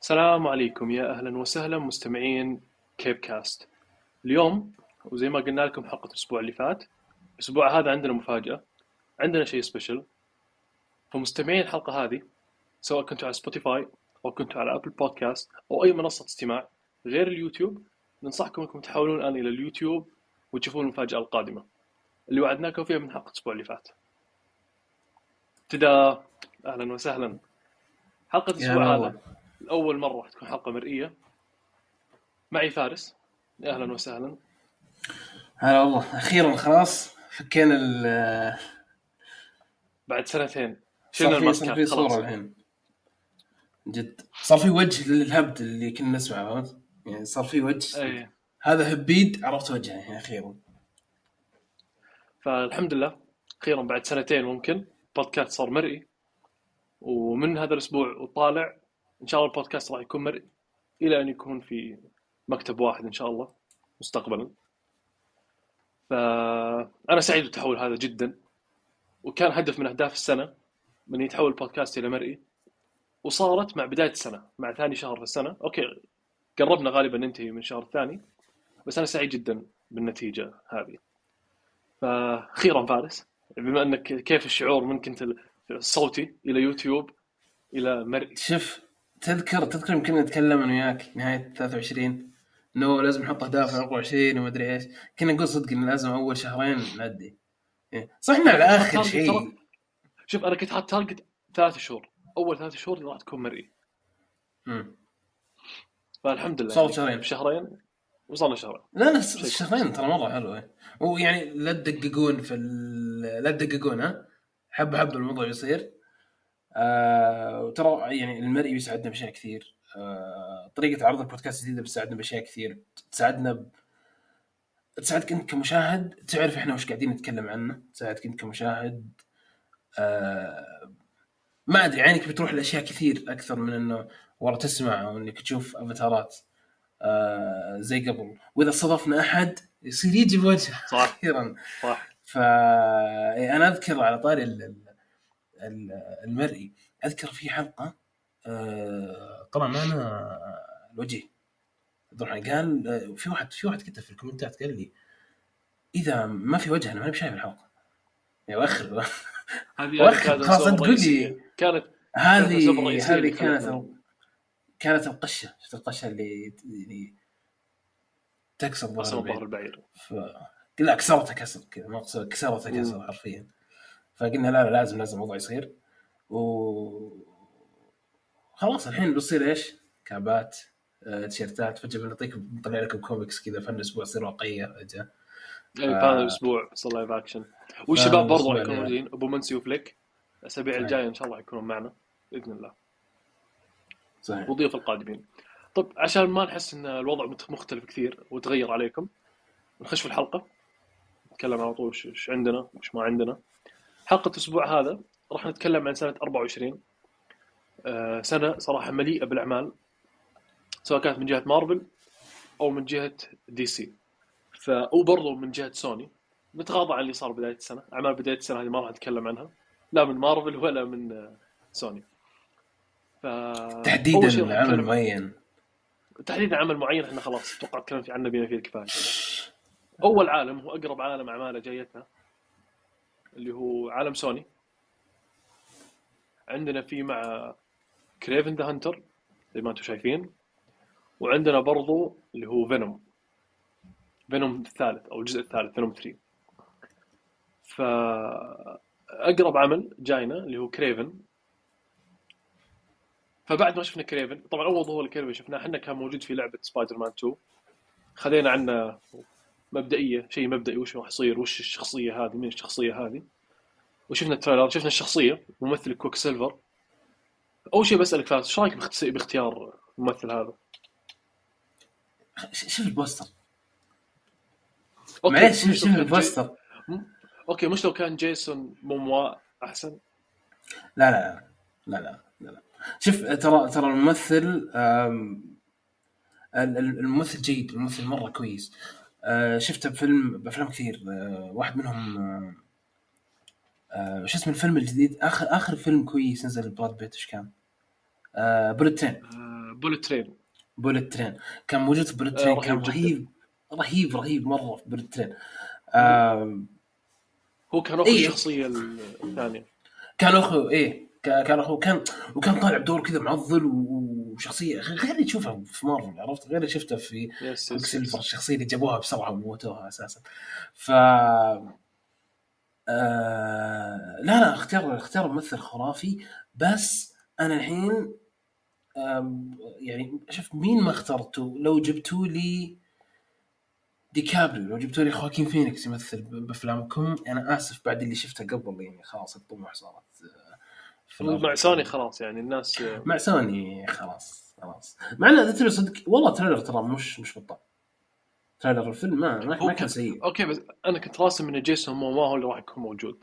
السلام عليكم يا أهلا وسهلا مستمعين كيب كاست. اليوم وزي ما قلنا لكم حلقة الأسبوع اللي فات، الأسبوع هذا عندنا مفاجأة، عندنا شيء سبيشل. فمستمعين الحلقة هذه سواء كنتوا على سبوتيفاي أو كنتوا على أبل بودكاست أو أي منصة استماع غير اليوتيوب، ننصحكم أنكم تحولون الآن إلى اليوتيوب وتشوفون المفاجأة القادمة اللي وعدناكم فيها من حلقة الأسبوع اللي فات. تدا، أهلا وسهلا. حلقة يا هلا الأسبوع هذا والله. لأول مرة راح تكون حلقة مرئية. معي فارس، يا أهلا وسهلا. هلا والله، أخيرا خلاص فكينا بعد سنتين صار شلنا في الماسكات صورة خلاص. الحين. جد صار في وجه للهبد اللي كنا نسمعه، عرفت؟ يعني صار في وجه. اي، هذا هبيد، عرفت وجهه يعني أخيرا. فالحمد لله اخيرا بعد سنتين ممكن بودكاست صار مرئي. ومن هذا الاسبوع وطالع ان شاء الله البودكاست راح يكون مرئي الى ان يكون في مكتب واحد ان شاء الله مستقبلا. فانا سعيد بالتحول هذا جدا، وكان هدف من اهداف السنه من يتحول البودكاست الى مرئي، وصارت مع بدايه السنه، مع ثاني شهر في السنه. اوكي، قربنا غالبا ننتهي من الشهر الثاني، بس انا سعيد جدا بالنتيجه هذه. فأخيرا فارس، بما أنك كيف الشعور من كنت صوتي إلى يوتيوب إلى مرئي؟ شوف، تذكر يمكن نتكلم أنا وياك نهاية 23 إنه لازم نحط أهداف 24 وما أدري إيش. كنا نقول صدق إن لازم أول شهرين نأدي. صح إحنا أنا على كنت حاط آخر تارجت ترى. شيء. شوف، أنا كنت حاط تارجت 3 شهور، أول 3 شهور راح تكون مرئي. مم. فالحمد لله صار يعني شهرين. بشهرين وصلنا شهرين. لا شيء كويس. الشهرين ترى مرة حلوة. ويعني لا تدققون لا تدققون، ها، حب الموضوع يصير. وترى يعني المرئي بيساعدنا بأشياء كثير. طريقة عرض البودكاست الجديدة بتساعدنا بأشياء كثير. تساعدك أنت كمشاهد تعرف إحنا وش قاعدين نتكلم عنه. تساعدك أنت كمشاهد. آه ما أدري، عينك بتروح لأشياء كثير أكثر من إنه والله تسمع أو إنك تشوف أفاتارات زي قبل. وإذا صادفنا أحد يصير يجي بوجه صح، أخيرا. صح. فأنا أذكر على طاري المرئي، أذكر في حلقة طلع معنا الوجيه عبد الرحمن. قال في واحد كتب في الكومنتات قال لي إذا ما في وجه أنا ما شايف الحلقة يا وأخر. هذه وأخر كانت خلاص لا الأسباب تقول الرئيسية، لي. كانت الأسباب الرئيسية هذه اللي خلتنا. كانت القشة. شفت القشة اللي تكسر ظهر أصلا ظهر البعير. البعير. لا كسرتها كسر كذا، ما كسرتها كسر حرفيا. فقلنا لا لازم الموضوع يصير. خلاص الحين بيصير ايش؟ كابات، تيشيرتات. فجأة نطلع لكم كوميكس كذا. فن اسبوع تصير واقعيه فجأة. ف... اي، في هذا الأسبوع صار لايف أكشن. والشباب فهذا برضو راح الاسبوع يكونوا اللي موجودين، أبو منسي وفليك الأسابيع صحيح الجاية إن شاء الله يكونوا معنا بإذن الله، صحيح. وضيوف القادمين. طب عشان ما نحس ان الوضع مختلف كثير وتغير عليكم، نخش في الحلقة، نتكلم على طول وش عندنا وش ما عندنا. حلقة الأسبوع هذا راح نتكلم عن سنة 24. سنة صراحة مليئة بالأعمال، سواء كانت من جهة مارفل أو من جهة دي سي، أو برضو من جهة سوني. نتغاضى عن اللي صار بداية السنة، أعمال بداية السنة هذه ما راح نتكلم عنها، لا من مارفل ولا من سوني. فأول شيء راح تحديدا عمل نتكلم معين. تحديدا عمل معين، احنا خلاص اتوقع تكلمت عنه بما فيه الكفاية. اول عالم هو اقرب عالم اعماله جايتنا، اللي هو عالم سوني. عندنا فيه مع كريفن ذا هانتر زي ما انتم شايفين، وعندنا برضو اللي هو فينوم الثالث او الجزء الثالث، فينوم 3. فاقرب عمل جاينا اللي هو كريفن. فبعد ما شفنا كريفن، طبعا اول ظهور لكريفن شفناه احنا كان موجود في لعبه سبايدر مان 2، خذينا عنه مبدئيه، شيء مبدئي وش راح يصير، وش الشخصيه هذه، من الشخصيه هذه. وشفنا التريلر، شفنا الشخصيه ممثل كوك سيلفر. اول شيء بسالك فارس، ايش رايك باختيار الممثل هذا؟ شوف البوستر. اوكي، معليش، مش لو شوف كان البوستر. م- اوكي، مش لو كان جيسون موموا احسن؟ لا لا لا لا لا, لا. شوف ترى الممثل الممثل جيد. الممثل مرة كويس. شفته بأفلام كثير. واحد منهم وش اسم الفيلم الجديد؟ آخر فيلم كويس نزل براد بيت، إيش كان؟ بوليت ترين. بولت ترين. بولت ترين كان موجود في بولت ترين، كان رهيب رهيب رهيب مره في بولت ترين. آه هو كان اخو ايه الشخصيه الثانيه. كان اخو كان اخو وكان طالع بدور كذا معضل وشخصيه غير اللي تشوفها في مارفل، عرفت؟ غير اللي شفته في يس كويك يس سيلفر، يس. الشخصيه اللي جابوها بسرعه وموتوها اساسا. ف لا اختيار ممثل خرافي. بس انا الحين يعني شوف مين ما اخترته، لو جبتوا لي ديكابريو، لو جبتوا لي خواكين فينيكس يمثل بافلامكم، انا اسف بعد اللي شفته قبل، يعني خلاص الطموح صارت في الارض. مع سوني خلاص يعني الناس مع سوني خلاص مع انه ترى صدق والله تريلر ترى مش بطال. تريلر الفيلم ما هو كان سيء. اوكي، بس انا كنت راسم ان جيسون مومو هو اللي راح يكون موجود.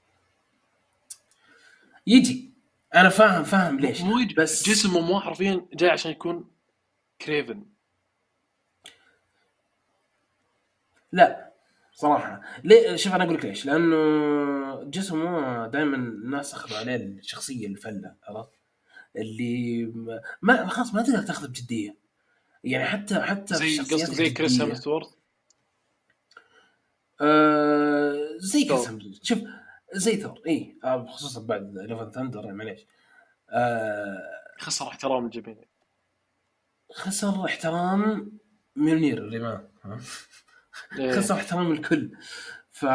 يجي، انا فاهم ليش، مو بس جيسون مومو حرفيا جاي عشان يكون كريفن. لا صراحه ليه، شوف انا اقول لك ليش، لانه جسمه دائما الناس اخذوا عليه الشخصيه الفله، عرفت؟ اللي ما خلاص ما تقدر تاخذه بجديه، يعني حتى في زي الشخصيات قصدك زي كريس الجديه. هيمثورث. زي ثور. كريس، شوف زي ثور اي خصوصا بعد ليفن ثاندر، معليش آه خسر احترام الجميع. خسر احترام ميونير اللي ما خسر ايه. احترام الكل. ف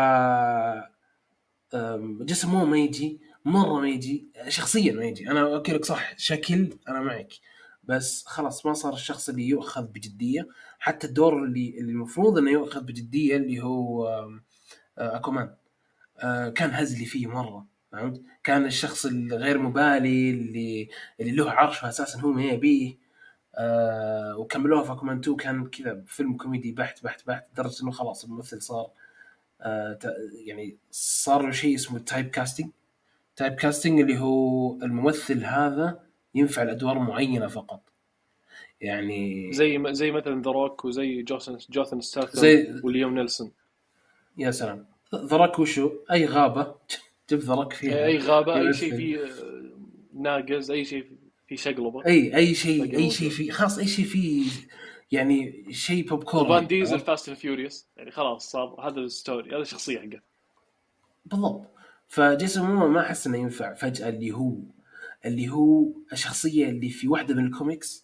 جسمه ما يجي مره، ما يجي شخصيا، ما يجي. انا اوكي لك صح شكل انا معك، بس خلاص ما صار الشخص اللي يؤخذ بجديه. حتى الدور اللي المفروض انه يؤخذ بجديه اللي هو اكومان، كان هزلي فيه مره، فهمت؟ كان الشخص الغير مبالي اللي له عرش اساسا هو ما يبيه. وكملوها في اكومان 2 كان كذا فيلم كوميدي بحت بحت بحت، لدرجه انه خلاص الممثل صار يعني صار له شيء اسمه تايب كاستنج اللي هو الممثل هذا ينفع الادوار معينه فقط، يعني زي مثلا ذا روك، وزي جوثن ستاثام، زي وليام نيلسون. يا سلام ذرك وشو اي غابه جيب ذرك اي فيها غابه، اي شيء يمثل. فيه ناقز، اي شيء فيه شقلبه اي تلاقيه شيء، اي شيء موجود. في خاص، اي شيء في يعني شيء بوب وفان كورني، ديزل عرفت؟ فاست اند فيوريوس، يعني خلاص صار هذا الستوري، هذا الشخصيه حقه. بالضبط. فجيسون مومو ما احس انه ينفع فجاه اللي هو الشخصيه اللي في واحده من الكوميكس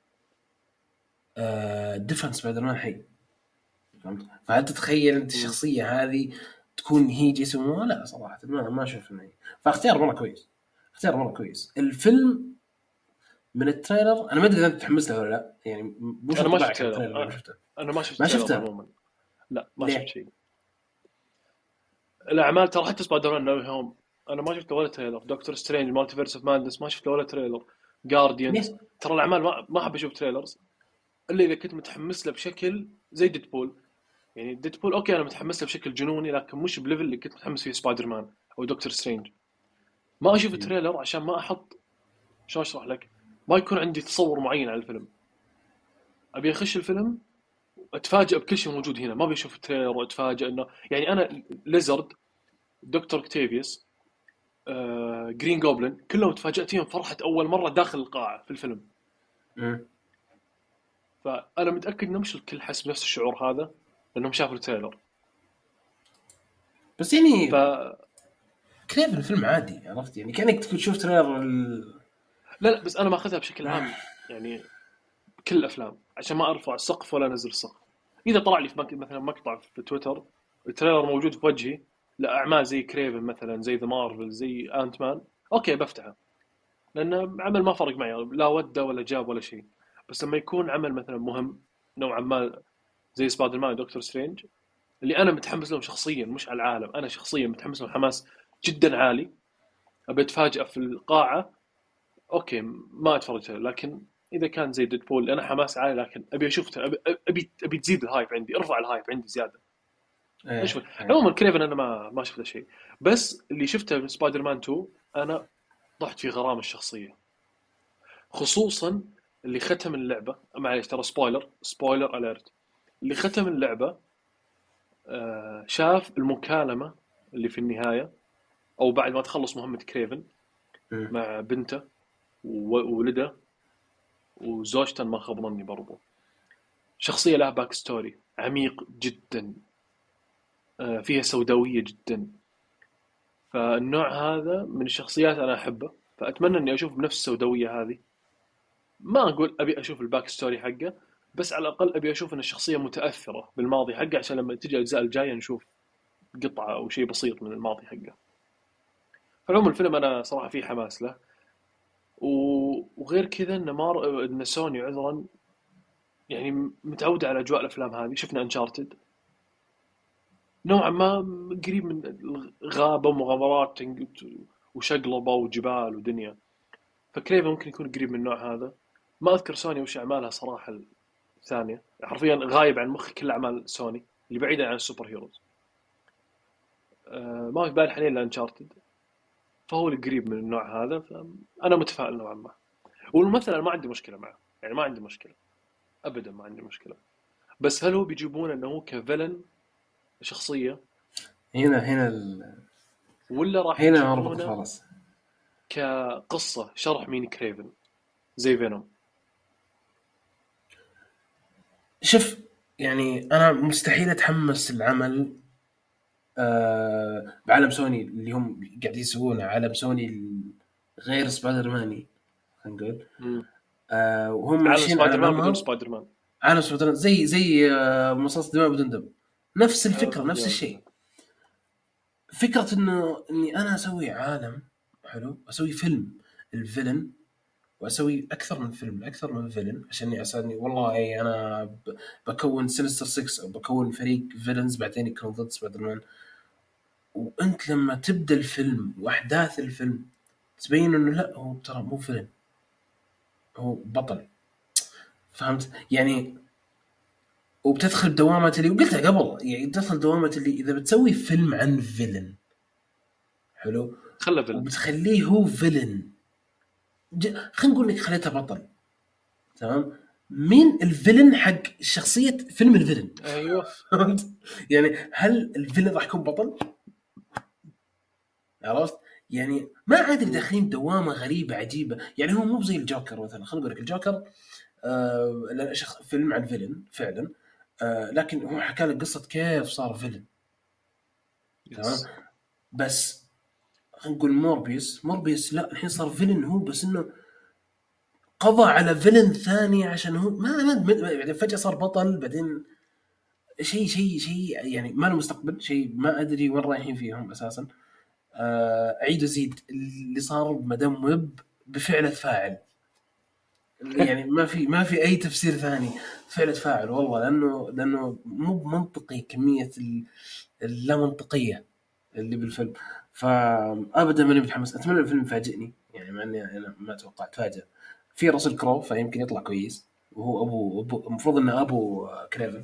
ديفنس سبايدر مان حي، فهمت؟ فهل تتخيل انت مم. الشخصيه هذه تكون هي جيسون مومو؟ لا صراحه ما اشوف انه فاختيار مره كويس، اختيار مره كويس. الفيلم من التريلر انا ما ادري اذا انت متحمس له ولا لا، يعني مش انا ما شفت انطباعك عن تريلر. التريلر لما شفته؟ انا ما شفت ما تريلر شفته عموما. لا ما شفت ليه؟ شيء. الاعمال ترى حتى سبايدر مان نو هوم انا ما شفت ولا تريلر. دكتور سترينج مالتيفيرس اوف مادنس ما شفت ولا تريلر. جارديانز ليه؟ ترى الاعمال ما احب اشوف تريلرز الا اذا كنت متحمس له بشكل زي ديدبول. يعني ديدبول اوكي انا متحمس له بشكل جنوني، لكن مش بليفل اللي كنت متحمس فيه سبايدر مان او دكتور سترينج. ما اشوف تريلر عشان ما احط، شلون اشرح لك، ما يكون عندي تصور معين عن الفيلم. ابي اخش الفيلم اتفاجئ بكل شيء موجود هنا، ما ابي اشوف التريلر واتفاجئ انه يعني انا ليزرد، دكتور اكتيفيوس، جرين جوبلin كلهم تفاجأت فيهم فرحة أول مرة داخل القاعة في الفيلم. مم. فأنا متأكد إن مش الكل حس بنفس الشعور هذا لأنهم شافوا التريلر. بس يعني فلا كريف الفيلم عادي، عرفت؟ يعني كانك تشوف تريلر لا، بس أنا ماخذها بشكل عام، يعني كل الأفلام عشان ما أرفع السقف ولا أنزل السقف. إذا طلع لي في مثلا مقطع في تويتر التريلر موجود في وجهي لأعمال زي كريفن مثلا، زي ذا مارفل، زي أنت مان، أوكي بفتحه لأنه عمل ما فرق معي، لا وده ولا جاب ولا شيء. بس لما يكون عمل مثلا مهم نوعا ما زي سبايدر مان ودكتور سترينج اللي انا متحمس لهم شخصيا مش على العالم، انا شخصيا متحمس لهم حماس جدا عالي، ابي اتفاجئ في القاعه، اوكي ما اتفرج. لكن اذا كان زي ديدبول انا حماس عالي لكن ابي اشوف، ابي تزيد الهايب عندي، ارفع الهايب عندي زياده. اشوف ايه عموما كريفن انا ما شفت شيء. بس اللي شفته من سبايدر مان 2 انا ضحت في غرام الشخصيه، خصوصا اللي ختم اللعبه. معليش ترى سبويلر اليرت. اللي ختم اللعبه شاف المكالمة اللي في النهاية أو بعد ما تخلص مهمة كريفن مم. مع بنته وولده، وزوجته ما خاب ظني برضو شخصية لها باك ستوري عميق جدا، فيها سوداوية جدا. فالنوع هذا من الشخصيات أنا أحبه، فأتمنى إني أشوف بنفس السوداوية هذه. ما أقول أبي أشوف الباك ستوري حقه، بس على الأقل أبي أشوف إن الشخصية متأثرة بالماضي حقه، عشان لما تجي الأجزاء الجاية نشوف قطعة أو شيء بسيط من الماضي حقه. فالعموم الفيلم أنا صراحة فيه حماس له. وغير كذا إن سوني عذرا يعني متعودة على أجواء الأفلام هذه. شفنا أنشارتد نوعا ما قريب من غابة ومغامرات وشقلبة وجبال ودنيا. فكريفا ممكن يكون قريب من النوع هذا. ما أذكر سوني وش أعمالها صراحة الثانية، حرفيا غايب عن مخي كل أعمال سوني اللي بعيدة عن السوبر هيروز. ما في بالي حاليا إلا أنشارتد، فهو القريب من النوع هذا. فأنا متفائل نوعا ما. والممثل أنا ما عندي مشكلة معه، يعني ما عندي مشكلة أبدا، ما عندي مشكلة. بس هل هو بيجيبونه أنه هو كفيلن شخصية، ولا راح هنا مربط يجيبونه الفرس. كقصة شرح مين كريفن زي فينوم؟ شوف، يعني انا مستحيل اتحمس العمل بعالم سوني اللي هم قاعدين يسوونه، عالم سوني غير سبايدر ماني، خلينا نقول. مم. وهم عالم ماشيين على سبايدر مان بدون نمط سبايدر مان. عالم سبايدر مان، زي مصاص دماء بدون دم. نفس الفكره، عالم نفس ديمون بدون. الشيء. فكره اني انا اسوي عالم حلو، اسوي فيلم الفيلن، واسوي اكثر من فيلم، اكثر من فيلن، عشان والله انا بكون سينستر 6 او بكون فريق فيلنز بعدين يكون ضد سبايدر مان. وانت لما تبدا الفيلم واحداث الفيلم تبين انه لا، هو ترى مو فيلم، هو بطل. فهمت يعني؟ وبتدخل دوامة اللي وقلتها قبل، يعني تدخل دوامة اللي اذا بتسوي فيلم عن فيلن حلو خله فيلن. وبتخليه هو فيلن، خلينا نقول لك خليته بطل، تمام؟ مين الفيلن حق شخصية فيلم الفيلن؟ ايوه. فهمت؟ يعني هل الفيلن راح يكون بطل؟ عرفت؟ يعني ما ادري، مم. داخلين دوامه غريبه عجيبه. يعني هو مو زي الجوكر مثلا. خلينا نقول لك الجوكر فيلم عن فيلن فعلا، لكن هو حكى لك قصه كيف صار فيلن، تمام؟ يس. بس خلينا نقول موربيوس لا، الحين صار فيلن هو، بس انه قضى على فيلن ثاني عشان هو بعدين فجاه صار بطل، بعدين شيء يعني ما له مستقبل، شيء ما ادري وين رايحين فيهم اساسا. عيد وزيد اللي صار بمدام ويب بفعلة فاعل، يعني ما في اي تفسير ثاني. فعلة فاعل والله، لانه مو منطقي كمية اللا منطقية اللي بالفيلم. فابدا ماني متحمس. اتمنى الفيلم يفاجئني، يعني مع اني انا ما توقعت فاجأ في راسل كرو، فيمكن يطلع كويس، وهو ابو المفروض انه ابو كريفن.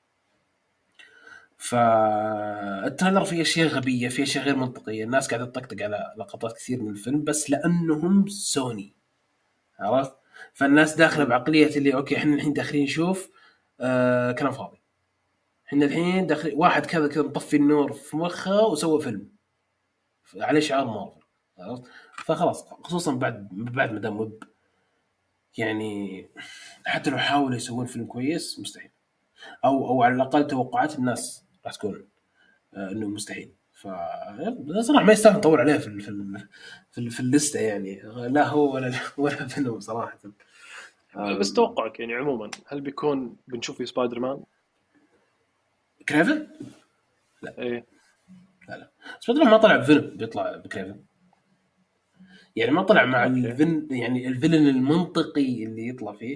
فالتريلر فيه اشياء غبيه، فيه اشياء غير منطقيه، الناس قاعده تطقطق على لقطات كثير من الفيلم بس لانهم سوني، عرفت؟ فالناس داخله مم. بعقليه اللي اوكي احنا الحين داخلين نشوف كلام فاضي، احنا الحين داخل واحد كذا كذا مطفي النور في مخه وسوى فيلم عليه شعار مارفل، عرفت؟ فخلاص، خصوصا بعد مدام ويب، يعني حتى لو حاولوا يسوون فيلم كويس مستحيل، او على الاقل توقعات الناس راح تكون انه مستحيل. صراحه ما يستاهل نطول عليه في اللسته، يعني لا هو ولا فيلم صراحه. بس توقعك يعني عموما هل بيكون بنشوف في سبايدر مان؟ كريفن؟ ايه. لا سبايدر ما طلع بفيلم بيطلع بكريفن، يعني ما طلع مع اوكي. يعني الفيلن المنطقي اللي يطلع فيه.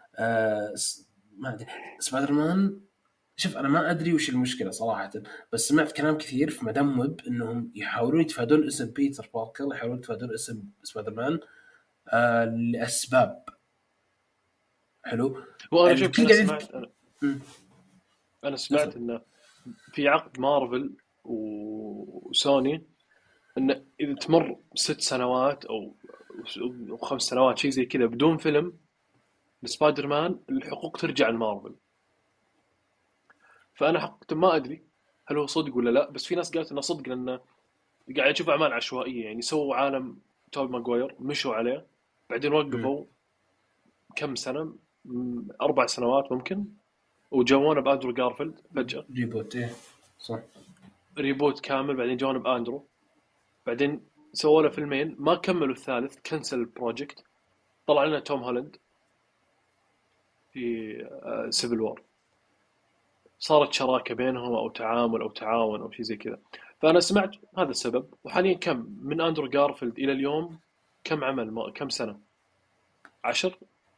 ما ادري سبايدر مان. شوف انا ما ادري وش المشكله صراحه، بس سمعت كلام كثير في مدام ويب انهم يحاولون يتفادون اسم بيتر باركر، يحاولون يتفادون اسم سبايدر مان لاسباب. حلو. وانا شوف، الكل قاعد مم. انا اسلم. سمعت انه في عقد مارفل وسوني، انه اذا تمر 6 سنوات او 5 سنوات شيء زي كذا بدون فيلم لسبايدر مان، الحقوق ترجع لمارفل. فانا حقيقة ما ادري هل هو صدق ولا لا، بس في ناس قالت انه صدق، لانه قاعد اشوف اعمال عشوائيه. يعني سووا عالم توب ماجواير مشوا عليه، بعدين مم. وقفوا، كم سنة، 4 سنوات ممكن، وجونا بأندرو جارفيلد فجأة. ريبوت إيه صح. ريبوت كامل، بعدين جونا بأندرو، بعدين سووا له فيلمين ما كملوا الثالث، كنسل البروجكت. طلع لنا توم هولاند في سيفل وور، صارت شراكة بينهم أو تعامل أو تعاون أو شيء زي كذا. فأنا سمعت هذا السبب. وحاليا كم من أندرو جارفيلد إلى اليوم؟ كم عمل؟ كم سنة؟ 10.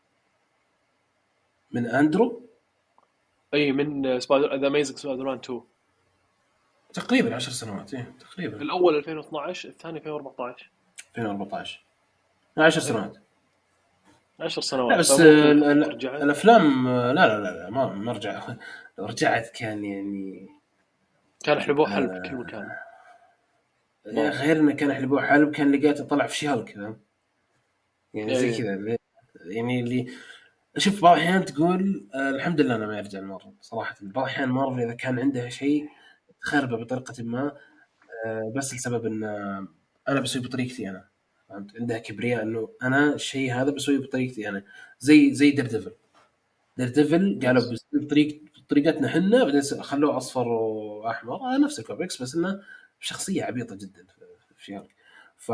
من أندرو أي من سبايدر ذا أميزنج سبايدر مان 2. تقريبا 10 سنوات إيه تقريبا. الأول 2012، الثاني 2014. 2014 10 أي سنوات. 10 لا سنوات بس فممكن رجعت. الافلام لا ما رجع. لو رجعت كان يعني كان حلبوه حلب كل مكان. مارفل. غير انه كان حلبوه حلب، كان لقيته طلع في شهلك فاهم يعني زي إيه. كذا. يعني اللي شوف بعض الاحيان تقول الحمد لله انا ما يرجع مارفل صراحه. بعض الاحيان مارفل اذا كان عندها شيء تخربه بطريقه ما، بس لسبب ان انا بسوي بطريقتي انا. فهمت؟ عندها كبرياء انه انا الشيء هذا بسوي بطريقتي انا. زي دير ديفل قالوا يس. بطريقتنا حنا، بعدين خلوه اصفر واحمر نفس الكوميكس، بس انه بشخصيه عبيطه جدا في شيء. ف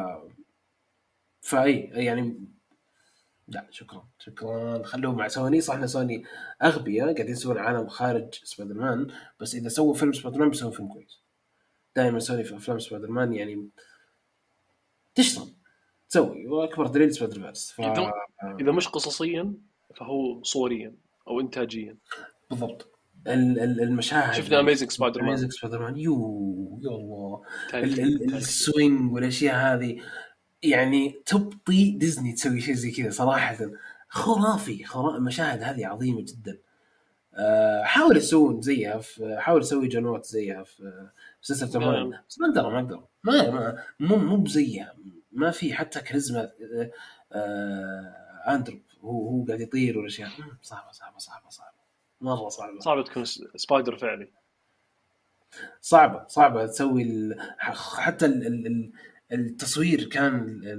فاي يعني لا شكرا خلوه مع سوني. صح ان سوني اغبياء قاعدين يسوون عالم خارج سبايدر مان، بس اذا سووا فيلم سبايدر مان بيسوون فيلم كويس. دائما سوني في افلام سبايدر مان يعني تشتغل تسوي، واكبر دليل سبايدر فيرس. إذا إذا مش قصصيا فهو صوريا أو إنتاجيا. بالضبط. المشاهد شفنا أميزنج سبايدر مان. اميزنج سبايدر مان يا الله. تاريخية تاريخية. السوينج والاشياء هذه يعني تبطي ديزني تسوي شيء زي كذا صراحه. خرافي المشاهد هذه عظيمه جدا. حاول يسوون زيها حاول يسوي جنوات زيها في سلسله توم هولاند، نعم. بس ما قدروا مو بزيها. ما في حتى كاريزما. اندرو هو قاعد يطير والاشياء صعبه مره صعبه. صعب تكون سبايدر فعلي. صعبة تسوي حتى التصوير كان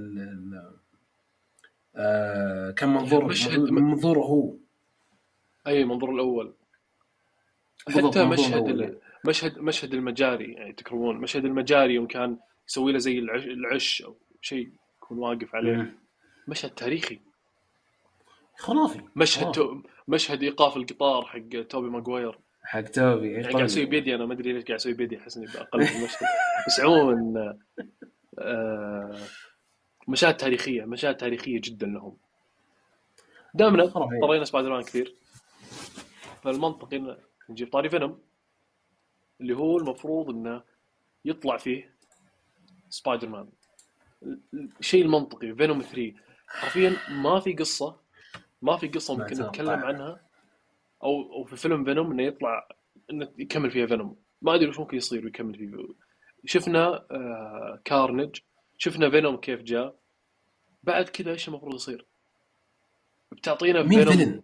كان منظوره هو. أي منظور الأول. بالضبط حتى منظور الأول. مشهد المجاري، يعني تكرمون مشهد المجاري يوم كان يسوي له زي العش أو شيء يكون واقف عليه. مم. مشهد تاريخي. خرافي مشهد خرافي. مشهد إيقاف القطار حق توبي ماغواير. حق توبي يعني قاعد أسوي قوي. بيدي، أنا ما أدري ليش قاعد أسوي بيدي، أحس إني بقلد المشهد. بس عموما آه، مشاهد تاريخية جدا لهم. دامنا خرافي. طرينا سبايدر مان كثير، فالمنطقي إن نجيب طاري فينوم، اللي هو المفروض إنه يطلع فيه سبايدر مان. الشيء المنطقي فينوم 3. حرفيا ما في قصة ما ممكن نتكلم أتوقع. عنها، أو في فيلم فينوم إنه يطلع، إنه يكمل فيها فينوم. ما أدري وش ممكن يصير ويكمل فيه. شفنا كارنج، شفنا فينوم كيف جاء. بعد كذا إيش المفروض يصير؟ بتعطينا مين فيلن؟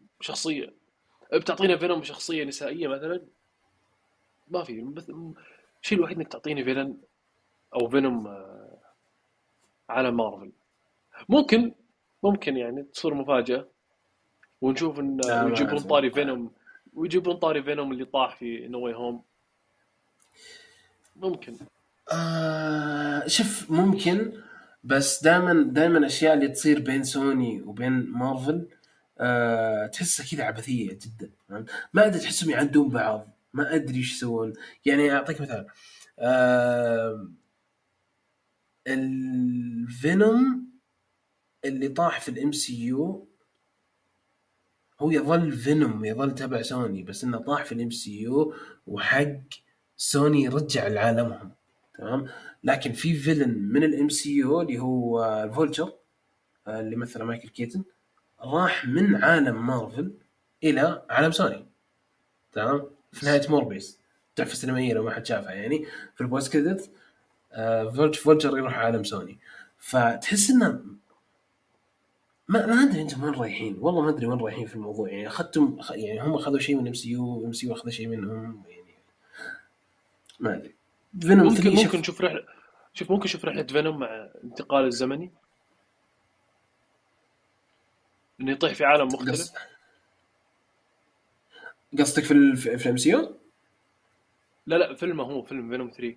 شخصية نسائية مثلا؟ ما في. بس الشيء الوحيد انك تعطيني فيلن او فينوم عالم مارفل. ممكن ممكن يعني تصير مفاجأة، ونشوف ان لا ما أتوقع. ويجيبون طاري فينوم اللي طاح في نو واي هوم. ممكن. شوف ممكن، بس دائما الاشياء اللي تصير بين سوني وبين مارفل تحسها كذا عبثيه جدا. فهمت؟ ما ادري تحسهم يعدون بعض، ما ادري ايش يسوون. يعني اعطيك مثال آه الفينوم اللي طاح في الام سي يو هو يظل فينوم، يظل تبع سوني، بس انه طاح في الام سي يو وحق سوني رجع لعالمهم. تمام. لكن في فيلن من الام سي يو اللي هو الفولتشر اللي مثل مايكل كيتن، راح من عالم مارفل الى عالم سوني. تمام. في نهايه موربيس تحفه سينمائيه لو ما حد شافها يعني، في البوست كريدت فولتشر يروح عالم سوني. فتحس انه ما ادري انتم وين رايحين، والله ما ادري وين رايحين في الموضوع. يعني اخذتم يعني هم اخذوا شيء من ام سي يو، ام سي يو اخذ شيء منهم يعني. ما ادري. فينوم 3 ممكن شوف. نشوف رحلة. ممكن نشوف رحلة فينوم مع انتقال الزمني. انه يطيح في عالم قص... مختلف. قصدك في الام سي يو؟ لا لا، فيلمه هو فيلم فينوم 3.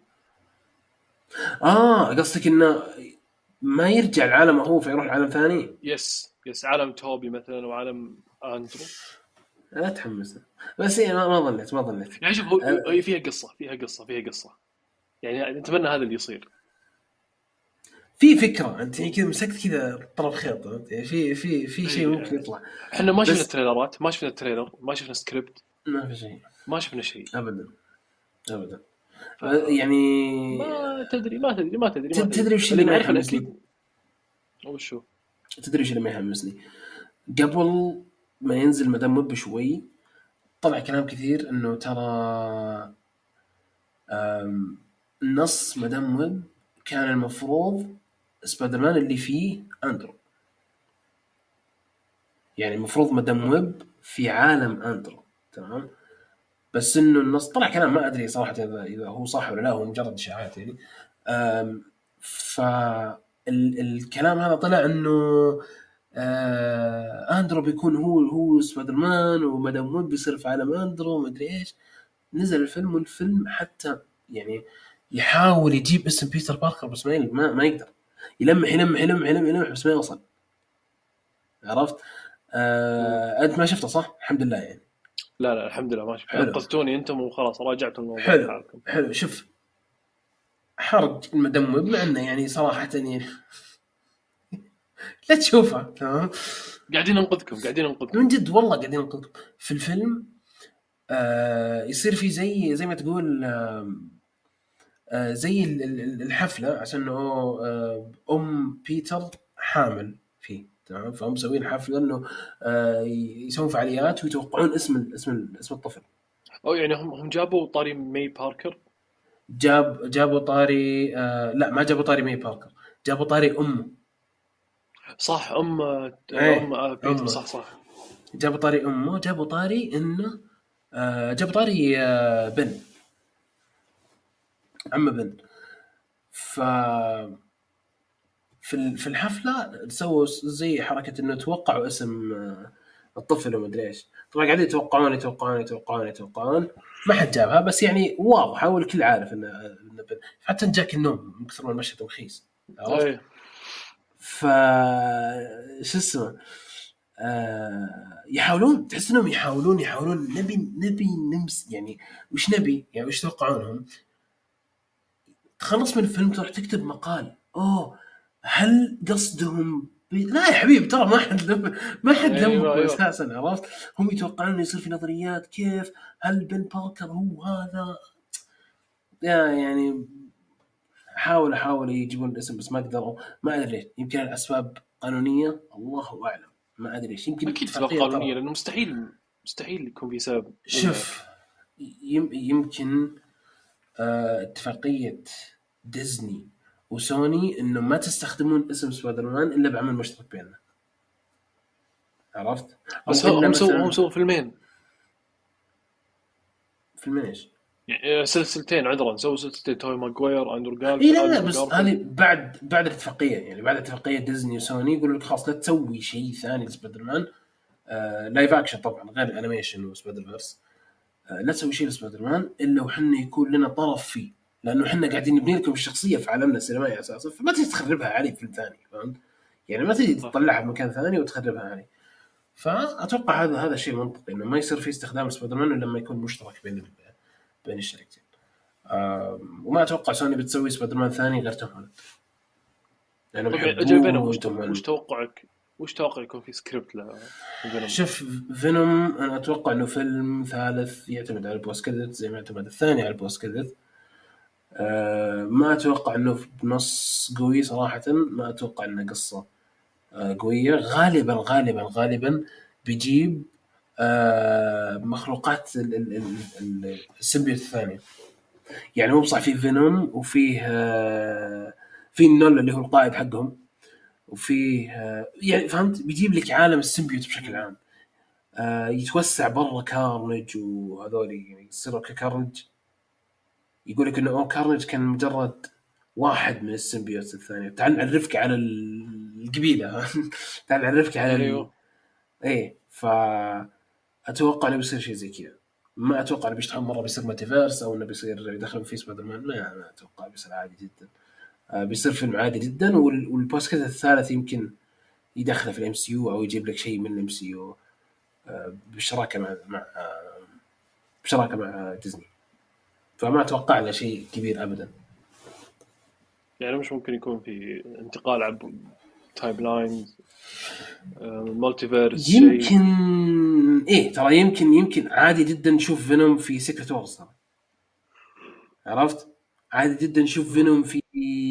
قصدك انه ما يرجع العالم هو فيروح لعالم ثاني. يس يس، عالم توبي مثلا وعالم اندرو. لا تحمس، بس هي ما ظنيت. يعني شوف، هي فيها قصه، فيها قصه. يعني نتمنى هذا اللي يصير. في فكره، انت كذا مسكت كذا طرف خيط، فهمت؟ يعني في شيء اي، ممكن يطلع. احنا ما شفنا بس التريلرات، ما شفنا التريلر، ما شفنا سكريبت، ما في شيء. ما شفنا شيء. ابدا ابدا. ف يعني ما تدري تدري وش اللي اللي ما نعرفه انه يحمسني؟ اكيد. وشو؟ تدري وش اللي ما يحمسني؟ قبل ما ينزل مدام ويب بشوي طلع كلام كثير انه ترى نص مدام ويب كان المفروض سبايدر مان اللي فيه اندرو. يعني المفروض مدام ويب في عالم اندرو، تمام؟ بس انه النص طلع كلام ما ادري صراحه اذا هو صح ولا لا، هو مجرد اشاعات يعني. فالكلام هذا طلع انه اندرو بيكون هو سبايدر مان، ومدام ويب بيصير في عالم اندرو وما ادري ايش. نزل الفيلم، والفيلم حتى يعني يحاول يجيب اسم بيتر باركر بس ما يقدر. يلمح بس ما يوصل. عرفت؟ مم. انت ما شفته صح؟ الحمد لله يعني. لا لا، الحمد لله ما شفت، حلو انقذتوني انتم وخلاص، راجعتوا الموضوع حلو لحالكم. حلو. شوف، حرج المدمر مع انه يعني صراحه يعني لا تشوفه، تمام؟ قاعدين من ننقذكم. جد والله قاعدين نقولكم في الفيلم. يصير في زي ما تقول زي الحفله عشان انه ام بيتر حامل فيه، تمام؟ فهم مسوين حفله انه يسوون فعاليات ويتوقعون اسم الطفل. او يعني هم جابوا طاري ماي باركر. جابوا طاري لا ما جابوا طاري مي باركر، جابوا طاري امه. صح، ام ايه بيتر، امه. صح صح. جابوا طاري امه، جابوا طاري انه جابوا طاري بن، عم بن. ف في الحفله سووا زي حركه انه توقعوا اسم الطفل وما ادري ايش. طبعا قاعدين يتوقعون. ما حد جابها، بس يعني واضحه والكل عارف انه بن. حتى جاك النوم من كثر ما المشهد رخيص، عرفت؟ ايه. ف شو اسمه يحاولون، تحس انهم يحاولون نبي نمس يعني. وش نبي يعني؟ وش توقعونهم؟ تخلص من الفيلم تروح تكتب مقال، هل قصدهم لا يا حبيبي، ترى ما حد ايوه لمكم ايوه. اساسا، عرفت؟ هم يتوقعون انه يصير في نظريات كيف هل بن باركر هو هذا. يعني حاولوا يجيبون الاسم بس ما قدروا. ما ادري ليش، يمكن الاسباب قانونيه، الله اعلم. ما ادري ليش، يمكن اكيد اسباب اتفاقيه قانونيه، ترى. لانه مستحيل يكون في سبب مو شوف، هناك. يمكن اتفاقيه ديزني وسوني انه ما تستخدمون اسم سبايدر مان الا بعمل مشترك بيننا، عرفت؟ بس او الا هم مثلا سووا فيلمين. فيلم ايش؟ يعني سلسلتين، عذرا، سووا سلسلتين: توي ماجواير، اي لا اندرو بس جارفيلد. هذه بعد الاتفاقيه، يعني بعد اتفاقيه ديزني وسوني يقولوا لك خلاص لا تسوي شيء ثاني لسبايدر مان. لايف اكشن طبعا غير انيميشن وسبايدر فيرس. لا تسوي شيء لسبايدر مان الا وحنا يكون لنا طرف فيه، لانه احنا قاعدين نبني لكم الشخصيه في عالمنا السينمائي اساسا، فما تجي تخربها علي في فيلم ثاني، فهمت؟ يعني ما تجي صح. تطلعها في مكان ثاني وتخربها علي. فاتوقع هذا الشيء منطقي، انه ما يصير في استخدام سبايدر مان الا لما يكون مشترك بين الشركتين. وما اتوقع سوني بتسوي سبايدر مان ثاني غير توم هولاند، لانهم طيب اجل فينوم، يحبون توم وش هولاند. توقعك؟ وش توقع يكون في سكريبت لفينوم؟ شوف، فينوم انا اتوقع انه فيلم ثالث يعتمد على البوست كريدت زي ما اعتمد الثاني على البوست كريدت. ما اتوقع انه بنص قوي صراحه. ما اتوقع انه قصه قويه. غالبا بيجيب مخلوقات السيمبيوت الثانيه. يعني مو بصح فيه فينوم وفيه في النول اللي هو القائد حقهم، وفيه يعني فهمت، بيجيب لك عالم السيمبيوت بشكل عام. يتوسع برا كارنج وهذول، يعني يصيروا ككارنج. يقول لك انه كارنج كان مجرد واحد من السيمبيوتس الثانيه. تعال نعرفك على القبيله تعال نعرفك على ايوه ايه اتوقع انه بيصير شيء زي كذا. ما اتوقع انه بيشتغل مره بيصير مالتيفيرس او انه بيصير يدخلون فيه سبايدر مان، ما اتوقع، بيصير عادي جدا. بيصير فيلم عادي جدا، والبودكاست الثالث يمكن يدخله في الام سي يو او يجيب لك شيء من الام سي يو بالشراكه مع ديزني. فما اتوقع له شيء كبير ابدا. يعني مش ممكن يكون في انتقال عبر تايم لاينز، مالتيفيرس شيء؟ يمكن، ايه ترى يمكن عادي جدا نشوف فينوم في سيكريت وورز. عرفت؟ عادي جدا نشوف مم. فينوم في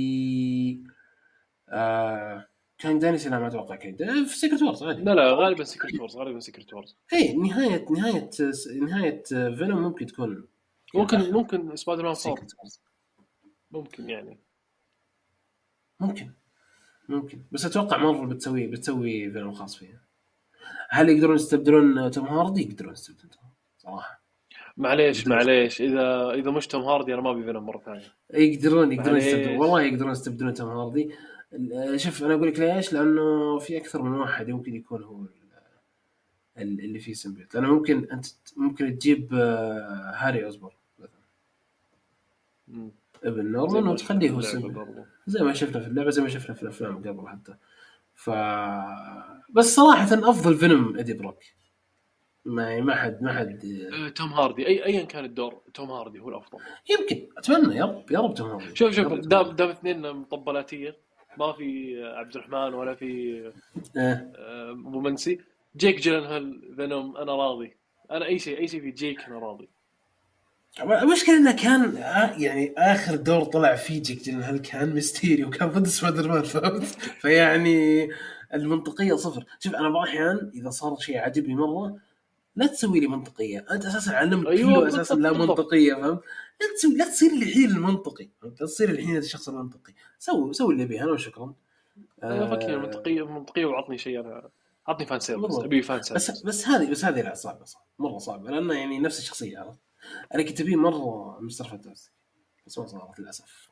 كان دانيسي. لا ما اتوقع كان في سيكريت وورز عادي. لا لا، غالبا سيكريت وورز، غالبا سيكريت وورز. ايه نهاية فينوم ممكن تكون كذا ممكن داخل ممكن سبايدر مان 4. سيكريت وورز. ممكن يعني. ممكن بس اتوقع مارفل بتسوي فيلم خاص فيها. هل يقدرون يستبدلون توم هاردي؟ يقدرون يستبدلون توم هاردي صراحة. معليش يقدرون معليش، اذا مش توم هاردي انا ما ابي فينوم مره ثانيه. يقدرون يستبدلون، والله معليش. يقدرون يستبدلون توم هاردي. شوف انا اقول لك ليش، لانه في اكثر من واحد يمكن يكون هو اللي فيه سيمبيوت. لانه ممكن تجيب هاري اوزبورن مثلا، مم. ابن زي نورمان، ما شفنا وتخليه في هو اللعبه السيمبيوت برضو. زي ما شفنا في اللعبه، زي ما شفنا في الافلام قبل حتى. ف بس صراحه افضل فيلم ادي بروك. ما حد توم هاردي، ايا كان الدور، توم هاردي هو الافضل. يمكن، اتمنى يا رب توم هاردي، شوف يا رب توم دام اثنين مطبلاتيه، ما في عبد الرحمن ولا في هاردي. ابو منسي. جيك جيلنهال فينوم انا راضي. انا اي شيء في جيك انا راضي. المشكلة انه كان يعني اخر دور طلع فيه جيك جيلنهال كان ميستيريو، وكان ضد سبايدر مان، فهمت؟ فيعني المنطقية صفر. شوف انا بعض الاحيان اذا صار شيء عجبني مرة، لا تسوي لي منطقية. انت اساسا علمت ايوه كله اساسا لا بالضبط. منطقية، فهمت؟ لا تصير لي الحين المنطقي، فهمت؟ لا تصير الحين الشخص المنطقي. سوي اللي بيه انا وشكرا. ايوه فكني آه منطقيه وعطني شيء انا. عطني فان سيرفيس، بالضبط. ابي فان بس سيرفيس. بس هذه بس هذه لا صعبة، مرة صعبة، لانه يعني نفس الشخصية، عرفت؟ انا كنت ابيه مرة مستر فانتاستيك، بس ما صارت للاسف.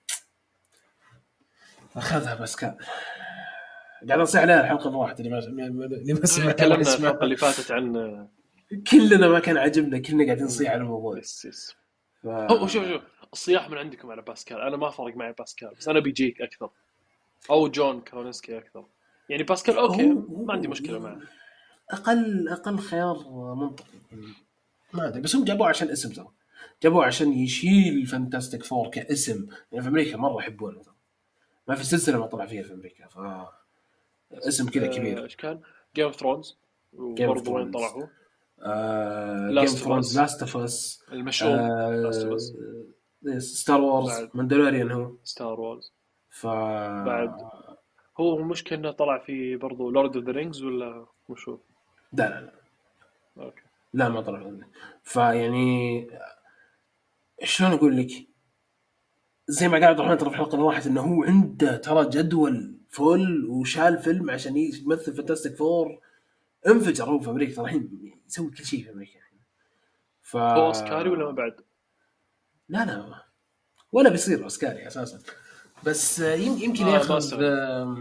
اخذها باسكال. قاعد نصيح عليها الحلقه اللي راحت، اللي ما سمعها راح تكلمنا الحلقه يسمعها. اللي فاتت عن كلنا ما كان عجبنا، كلنا قاعدين نصيح على الموضوع. يس يس. ف هو شوف الصياح من عندكم على باسكال، انا ما فرق معي باسكال، بس انا بيجيك اكثر او جون كرونسكي اكثر. يعني باسكال اوكي، هو ما عندي مشكله معه. اقل خيار منطقي. ما ادري، بس هم جابوه عشان اسم ترى. جابوه عشان يشيل فانتاستيك فور كاسم. يعني في امريكا مره يحبونه ترى. ما في سلسله ما طلع فيها في امريكا، اسم كذا كبير. ايش كان؟ جيم اوف ثرونز. جيم اوف وبرضه وين ثرونز، طلعوا؟ جيم لاست اوف اوف ثرونز، اس. لاست اوف اس، المشؤوم. لاست اوف اس. ستار وورز، بعد ماندلوريان هو. ستار وورز. ف بعد هو المشكله انه طلع في برضه لورد اوف ذا رينجز ولا مش هو؟ لا اوكي. لا ما طلع منه. فيعني شلون اقول لك، زي ما قال عبد الرحمن ترى في الحلقه اللي راحت، انه هو عنده ترى جدول فل، وشال فيلم عشان يمثل فانتاستيك فور. انفجر هو في امريكا ترى الحين، يسوي كل شيء في امريكا. ف هو اوسكاري ولا ما بعد؟ لا ولا بيصير اوسكاري اساسا. بس يمكن ما ياخذ استغرب.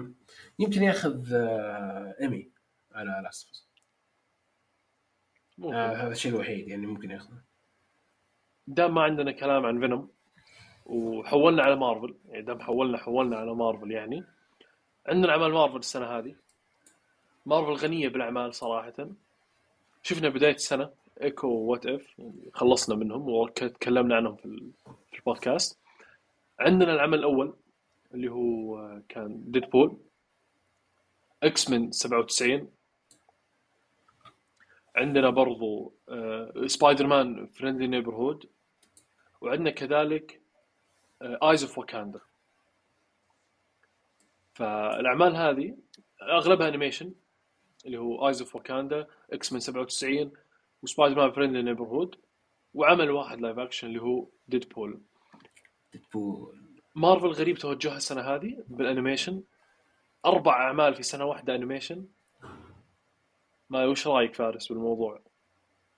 ايمي على لاست. ممكن. هذا الشيء الوحيد يعني ممكن ياخذه. دام ما عندنا كلام عن فينوم وحولنا على مارفل، يعني دام حولنا على مارفل، يعني عندنا اعمال مارفل السنه هذه. مارفل غنيه بالاعمال صراحه. شفنا بدايه السنه ايكو وات اف، خلصنا منهم وتكلمنا عنهم في البودكاست. عندنا العمل الاول اللي هو كان ديدبول. اكس من 97. عندنا برضو سبايدر مان فريندلي نيبرهود. وعندنا كذلك ايز اوف واكاندا. فالاعمال هذه اغلبها انيميشن، اللي هو ايز اوف واكاندا، اكس من 97، وسبايدر مان فريندلي نيبرهود. وعمل واحد لايف اكشن اللي هو ديدبول. ديدبول. مارفل غريب توجهها السنه هذه بالانيميشن. 4 اعمال في سنه واحده انيميشن. ما وش رايك فارس بالموضوع؟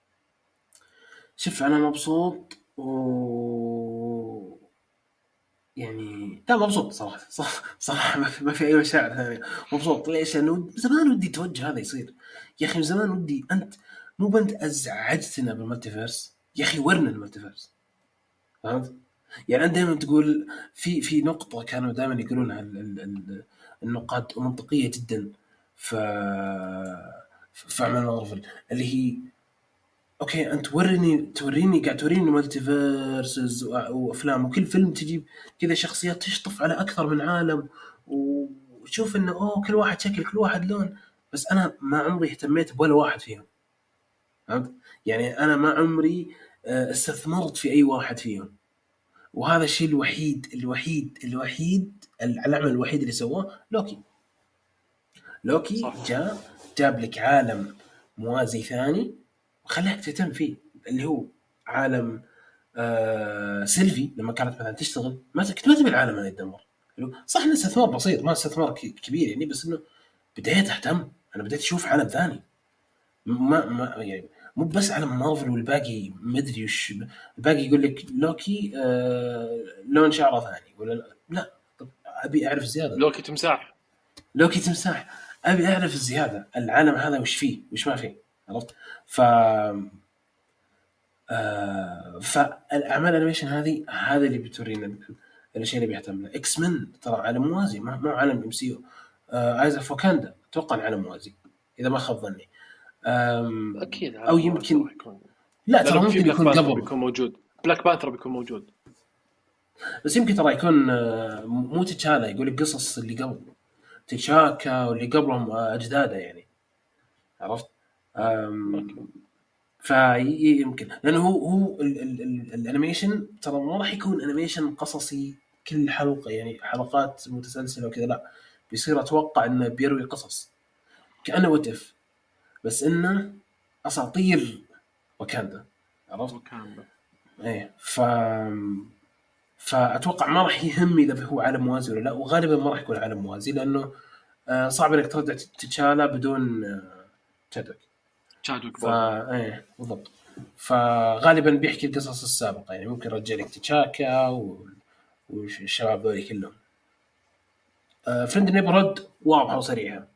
شوف انا مبسوط يعني لا مبسوط صراحة، صراحة ما في أي مشاعر ثانية. مبسوط ليش؟ لأنه زمان ودي التوجه هذا يصير. يا أخي من زمان ودي، مو بنت أزعجتنا بالمالتيفيرس يا أخي، ورنا المالتيفيرس. فهمت؟ يعني أنت دائما تقول في نقطة كانوا دائما يقولونها النقاد منطقية جدا في في أعمال مارفل، اللي هي اوكي انت توريني قاعد توريني مالتي فيرسز وافلام، وكل فيلم تجيب كذا شخصيات تشطف على اكثر من عالم، وتشوف انه كل واحد شكل، كل واحد لون، بس انا ما عمري اهتميت بولا واحد فيهم. فهمت؟ يعني انا ما عمري استثمرت في اي واحد فيهم. وهذا الشيء الوحيد العمل الوحيد اللي سواه لوكي. لوكي صح. جاب لك عالم موازي ثاني وخلاك تهتم فيه، اللي هو عالم سيلفي. لما كانت مثلا تشتغل كنت ما تبي العالم هذا يتدمر. صح انه استثمار بسيط، ما استثمار كبير يعني، بس انه بديت اهتم. انا بديت اشوف عالم ثاني، ما يعني مو بس عالم مارفل والباقي ما ادري وش. الباقي يقول لك لوكي لون شعره ثاني ولا لا. طب ابي اعرف زياده. لوكي تمساح. لوكي تمساح، ابي اعرف الزياده، العالم هذا وش فيه وش ما فيه. عرفت؟ ف فالاعمال الانيميشن هذا اللي بتورينا الاشياء اللي بيهتم لها. اكس من ترى عالم موازي، ما هو عالم ام سي يو. ايز اوف وكاندا اتوقع عالم موازي اذا ما خاب ظني. اكيد او عالم موازي راح يمكن يكون، لا ترى لانه في ممكن بلاك يكون بانثر قبل. بيكون موجود. بلاك بانثر بيكون موجود. بس يمكن ترى يكون مو تشالا، يقول لك قصص اللي قبل تشاكا واللي قبلهم اجداده يعني. عرفت؟ اوكي. فيمكن لانه هو الانيميشن ترى ما راح يكون انيميشن قصصي كل حلقه، يعني حلقات متسلسله وكذا، لا. بيصير اتوقع انه بيروي قصص كانه وات اف، بس انه اساطير وكاندا. عرفت؟ وكان ايه فاتوقع ما راح يهم اذا هو عالم موازي ولا لا، وغالبا ما راح يكون عالم موازي، لانه صعب انك ترجع تتشالى بدون تشادوك. تشادويك بوزمان. فا ايه بالضبط. فغالبا بيحكي القصص السابقه، يعني ممكن يرجع لك تشاكا والشباب ذولي كلهم. فريند نيبرهود واضحه وصريحه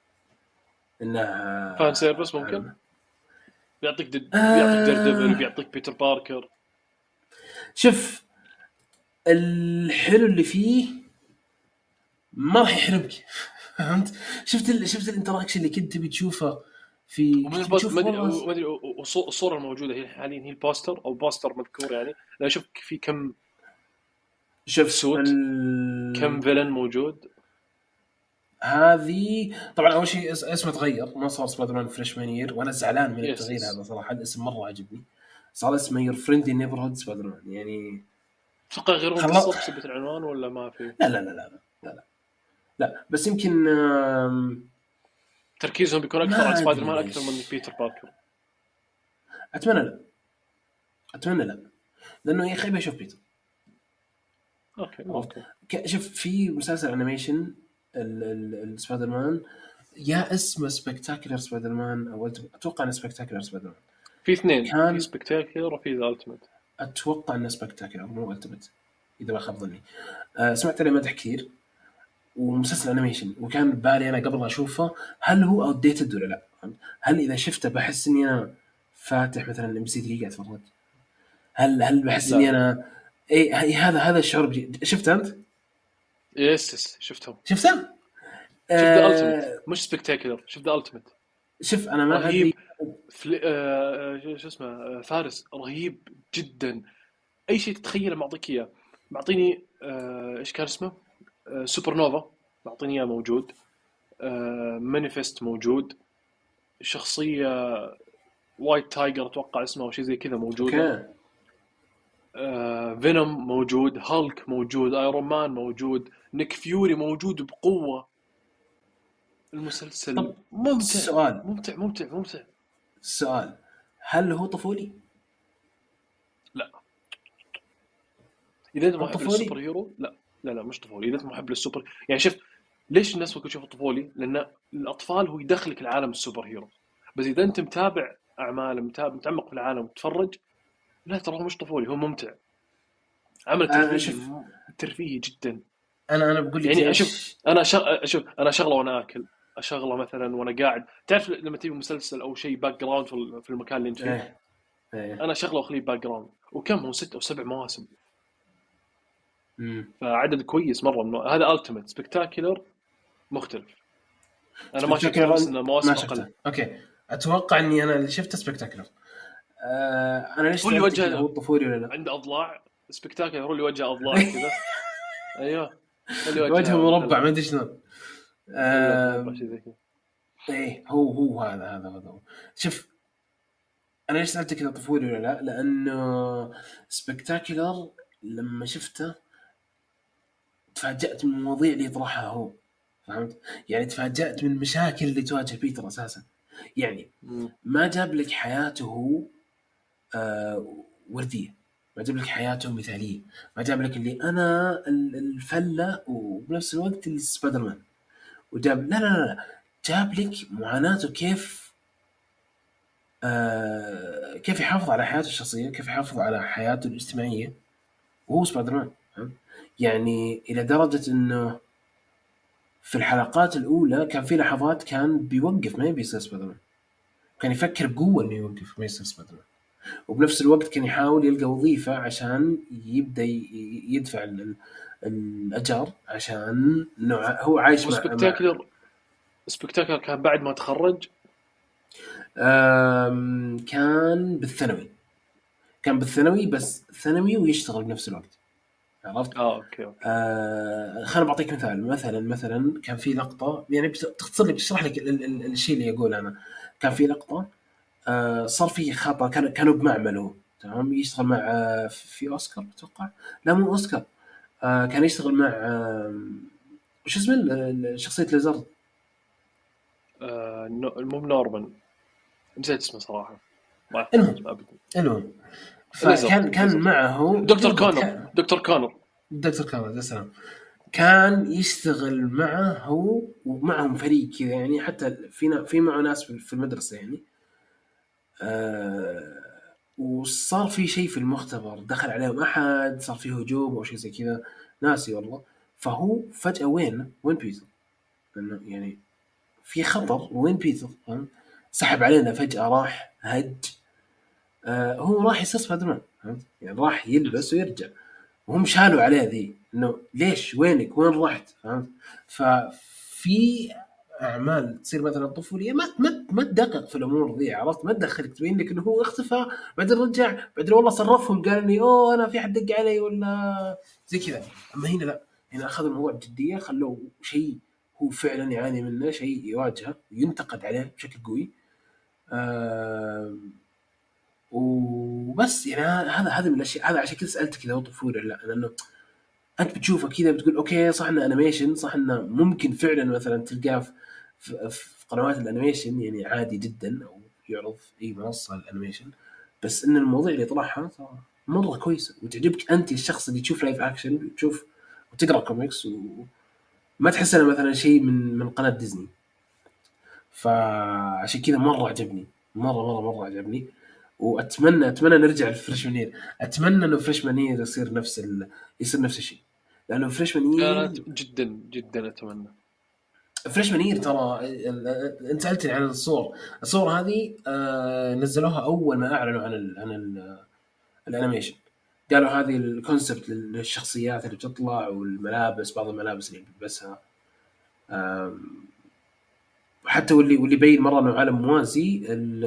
فان انها سيرفيس ممكن. بيعطيك دير ديفل، بيعطيك بيتر باركر. شوف الحلو اللي فيه ما راح يحرمك. فهمت؟ شفت الانتراكشن اللي كنت تبي تشوفه ومن كنت البوست، بتشوف والله. ما ادري الصوره الموجوده هي حاليا هي البوستر او بوستر مذكور يعني. لا اشوف في كم شوف سوت، كم فيلن موجود. هذه طبعا اول شيء اسمه تغير، ما صار سبايدر مان فريشمان يير، وانا زعلان من يس التغيير يس. هذا صراحه. الاسم مره عجبني. صار اسمه يور فريندلي نيبرهود سبايدر مان يعني. اتوقع يغيرون خلاص. قصه بسبب العنوان ولا ما في. لا بس يمكن تركيزهم بيكون اكثر على ما سبايدر ادري مان اكثر من ليش. بيتر باركر. اتمنى لا، لانه يا اخي ابي اشوف بيتر. اوكي عرفت؟ ممكن. شوف في مسلسل انيميشن السبايدر مان، يا اسمه سبكتاكولر سبايدر مان او اتوقع انه سبكتاكولر سبايدر مان. في اثنين، في كان سبكتاكلر وفي ذا التيمت. اتوقع انه سبكتاكولر مو التمت اذا ما خاب ظني. سمعت عليه مدح كثير، ومسلسل انيميشن، وكان ببالي انا قبل اشوفه هل هو اوت ديتد ولا لا. هل اذا شفته بحس اني انا فاتح مثلا ام سي 3 قاعد اتفرج؟ هل بحس لا اني لا. انا هذا الشعور شفت انت؟ يس يس شفتهم. شفته؟ شفت ذا التيمت آه مش سبكتاكلر، شفت ذا التيمت. شوف انا ما ادري. رهيب. شو اسمه، فارس رهيب جدا. اي شيء تتخيله معطيك اياه. معطيني ايش كان اسمه، سوبر نوفا معطيني اياه موجود. مانيفست موجود. شخصية وايت تايجر اتوقع اسمه او شيء زي كذا موجودة. اوكي. فينوم موجود، هالك موجود، ايرون مان موجود، نيك فيوري موجود بقوة. المسلسل طب ممتع السؤال ممتع ممتع ممتع. السؤال هل هو طفولي؟ لا، اذا انت هو محب طفولي؟ للسوبر هيرو لا. لا لا مش طفولي. اذا انت محب للسوبر يعني شوف، ليش الناس ممكن تشوفه طفولي؟ لان الاطفال هو يدخلك العالم السوبر هيرو. بس اذا انت متابع اعمال، متعمق في العالم وتتفرج، لا ترى هو مش طفولي، هو ممتع. عمل انا ترفيهي شوف، ترفيهي جدا. انا بقول لك يعني اشوف، ليش. انا شغله وانا اكل، اشغله مثلا وانا قاعد، تعرف لما تبي مسلسل او شيء باك جراوند في المكان اللي انت فيه، ايه ايه. انا شغله واخليه باك جراوند. وكم هو 6 أو 7 مواسم، امم. فعدد كويس مره. من هذا التيمت سبكتاكولر مختلف. انا ما شفته بس سبكتاكلر انه ما مواسم اقل. شفته، اوكي. اتوقع اني انا اللي شفته سبكتاكلر. انا ليش هو اللي سالتك اذا هو وجه الطفولي ولا لا؟ عنده اضلاع. سبكتاكولر هو اللي وجه اضلاع كذا. ايوه، هو اللي وجهه وجهها مربع ما مثلث. ادري شلون. مثلث مربع آه شيء زي كذا. ايه، هو هذا هو. شوف، انا ليش سالتك اذا طفولي ولا لا؟ لانه سبكتاكلر لما شفته تفاجأت من المواضيع اللي يطرحها هو، فهمت؟ يعني تفاجأت من المشاكل اللي تواجه بيتر أساسا. يعني مم. ما جاب لك حياته هو وردية، ما جاب لك حياته مثالية، ما جاب لك اللي أنا الفلة وبنفس الوقت السبايدر مان، وجاب لا، جاب لك معاناته، كيف يحافظ على حياته الشخصية، كيف يحافظ على حياته الاجتماعية وهو سبايدر مان. فهمت؟ يعني إلى درجة إنه في الحلقات الأولى كان في لحظات كان بيوقف ما يبي يصير سبايدر مان، كان يفكر بقوة إنه يوقف ما يصير سبايدر مان، وبنفس الوقت كان يحاول يلقى وظيفة عشان يبدأ يدفع الأجار، عشان إنه هو عايش مع سبكتاكلر كان بعد ما تخرج. كان بالثانوي، كان بالثانوي، بس ثانوي ويشتغل بنفس الوقت، عرفت؟ اه، اوكي اوكي. خليني بعطيك مثال. مثلا كان في لقطة، يعني بتختصر لك، بشرح لك الشيء اللي يقوله أنا. كان في لقطة صار في خطأ، كانوا بمعمله، تمام، يشتغل مع في أوسكار أتوقع، لا مو أوسكار، كان يشتغل مع وش اسمه شخصية ليزرد. مو نورمان، نسيت اسمه صراحة، ما احفظ المهم اسمه ابدا. المهم ليزرد فكان ليزرد معه دكتور بالضبط، كونر، دكتور كونر. دكتور كامل السلام. كان يشتغل معه هو، ومعهم فريق كذا، يعني حتى في معه ناس في المدرسة يعني. آه وصار في شيء في المختبر، دخل عليهم أحد، صار في هجوم أو شيء زي كذا، ناسي والله. فهو فجأة وين بيتر؟ لأنه يعني في خطر، وين بيتر؟ فهمت؟ سحب علينا فجأة، راح هج. هو راح يصير سبايدر مان، فهمت؟ يعني راح يلبس يس. ويرجع، وهم شالوا عليه ذي انه ليش، وينك، وين رحت؟ فهمت؟ ففي اعمال تصير مثلا طفوليه ما تدقق في الامور ذي، عرفت؟ ما تدخلك، تبين لك انه هو اختفى بعدين رجع، بعدين والله صرفهم قال لي اوه انا في حد دق علي ولا زي كذا. اما هنا لا، هنا اخذوا الموضوع بجديه، خلوه شيء هو فعلا يعاني منه، شيء يواجهه وينتقد عليه بشكل قوي. آه وبس يعني هذا من الاشياء، هذا عشان كذا سالتك اذا هو طفولي ولا لا، لانه انت بتشوفه كذا بتقول اوكي صح انه انيميشن، صح انه ممكن فعلا مثلا تلقاه في قنوات الانيميشن يعني عادي جدا، او يعرض في اي منصه الانيميشن، بس ان المواضيع اللي طرحها مره كويسه وتعجبك انت الشخص اللي تشوف لايف اكشن، تشوف وتقرا كوميكس، وما تحس انه مثلا شيء من قناه ديزني. فعشان كذا مره عجبني، مره عجبني. اتمنى نرجع لفريشمانير، اتمنى انه فريشمانير يصير نفس الشيء، لانه انا فريشمانير جدا جدا اتمنى. فريشمانير ترى انت سالتني عن الصور هذه، نزلوها اول ما اعلنوا عن الانيميشن، قالوا هذه الكونسبت للشخصيات اللي بتطلع والملابس، بعض الملابس اللي بيلبسها، حتى واللي بين مره انه عالم موازي.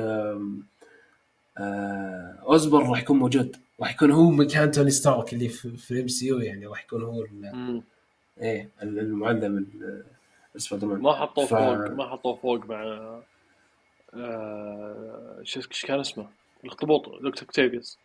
اوزبور راح يكون موجود، راح يكون هو مكان توني ستارك اللي في الام سي يو، يعني راح يكون هو مم. ايه المعلم سبايدر مان. ف ما حطوه فوق مع شو كان اسمه، الاخطبوط دكتور اوكتافيوس.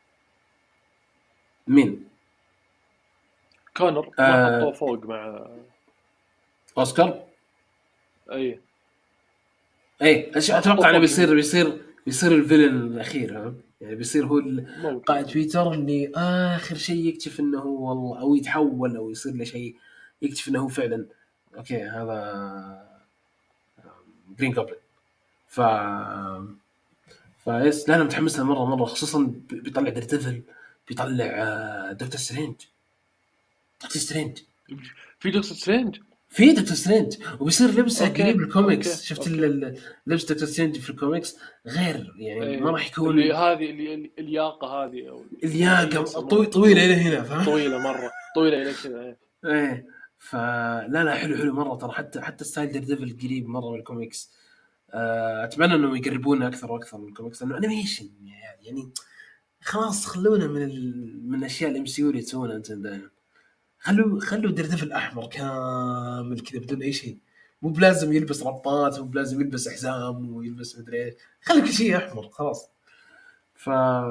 مين؟ كونر ما حطوه آه فوق مع. اوسكار. اي، ايه ما حطوه اتوقع انه فوق بيصير الفيلن الاخير، ها؟ يعني بيصير هو قائد ممكن. تويتر اللي اخر شيء يكتشف انه هو والله، او يتحول او يصير له شيء، يكتشف انه هو فعلا اوكي هذا جرين جوبلin. ف فيس لا انا متحمس له مره، خصوصا بيطلع ديرديفل، بيطلع دكتور سترينج. دكتور سترينج في دكتور سترينج. في دكتور سترينج وبيصير لبسه اوكي قريب الكوميكس. اوكي شفت اوكي. لبس دكتور سترينج في الكوميكس غير، يعني ما ايه راح اللي يكون هذه اللي الياقه هذه او اللي الياقه يسمونها طويله الى هنا، فاهم؟ طويله مره، طويله الى كذا. ايه ايه. فلا لا، حلو حلو مره ترى. حتى ستايل ديفل قريب مره من الكوميكس. اتمنى انهم يقربونا اكثر واكثر من الكوميكس، لانه انيميشن يعني خلاص خلونا من الاشياء الام سي يو اللي تسوونها انتم دائما. خلوا ديفل احمر كامل كذا بدون اي شيء، مو بلازم يلبس رباط، مو بلازم يلبس حزام ويلبس مدري ايش، خلي كل شيء احمر خلاص. ف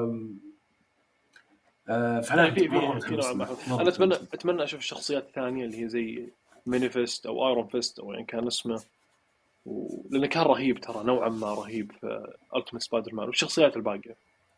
فلا يعني في مره في نوع متحمس ما له، أحب. مره انا اتمنى متحمس له. اتمنى اشوف الشخصيات الثانيه اللي هي زي مانيفست او ايرون فيست او يعني كان اسمه لانه كان رهيب ترى، نوعا ما رهيب في التيمت سبايدر مان والشخصيات الباقيه.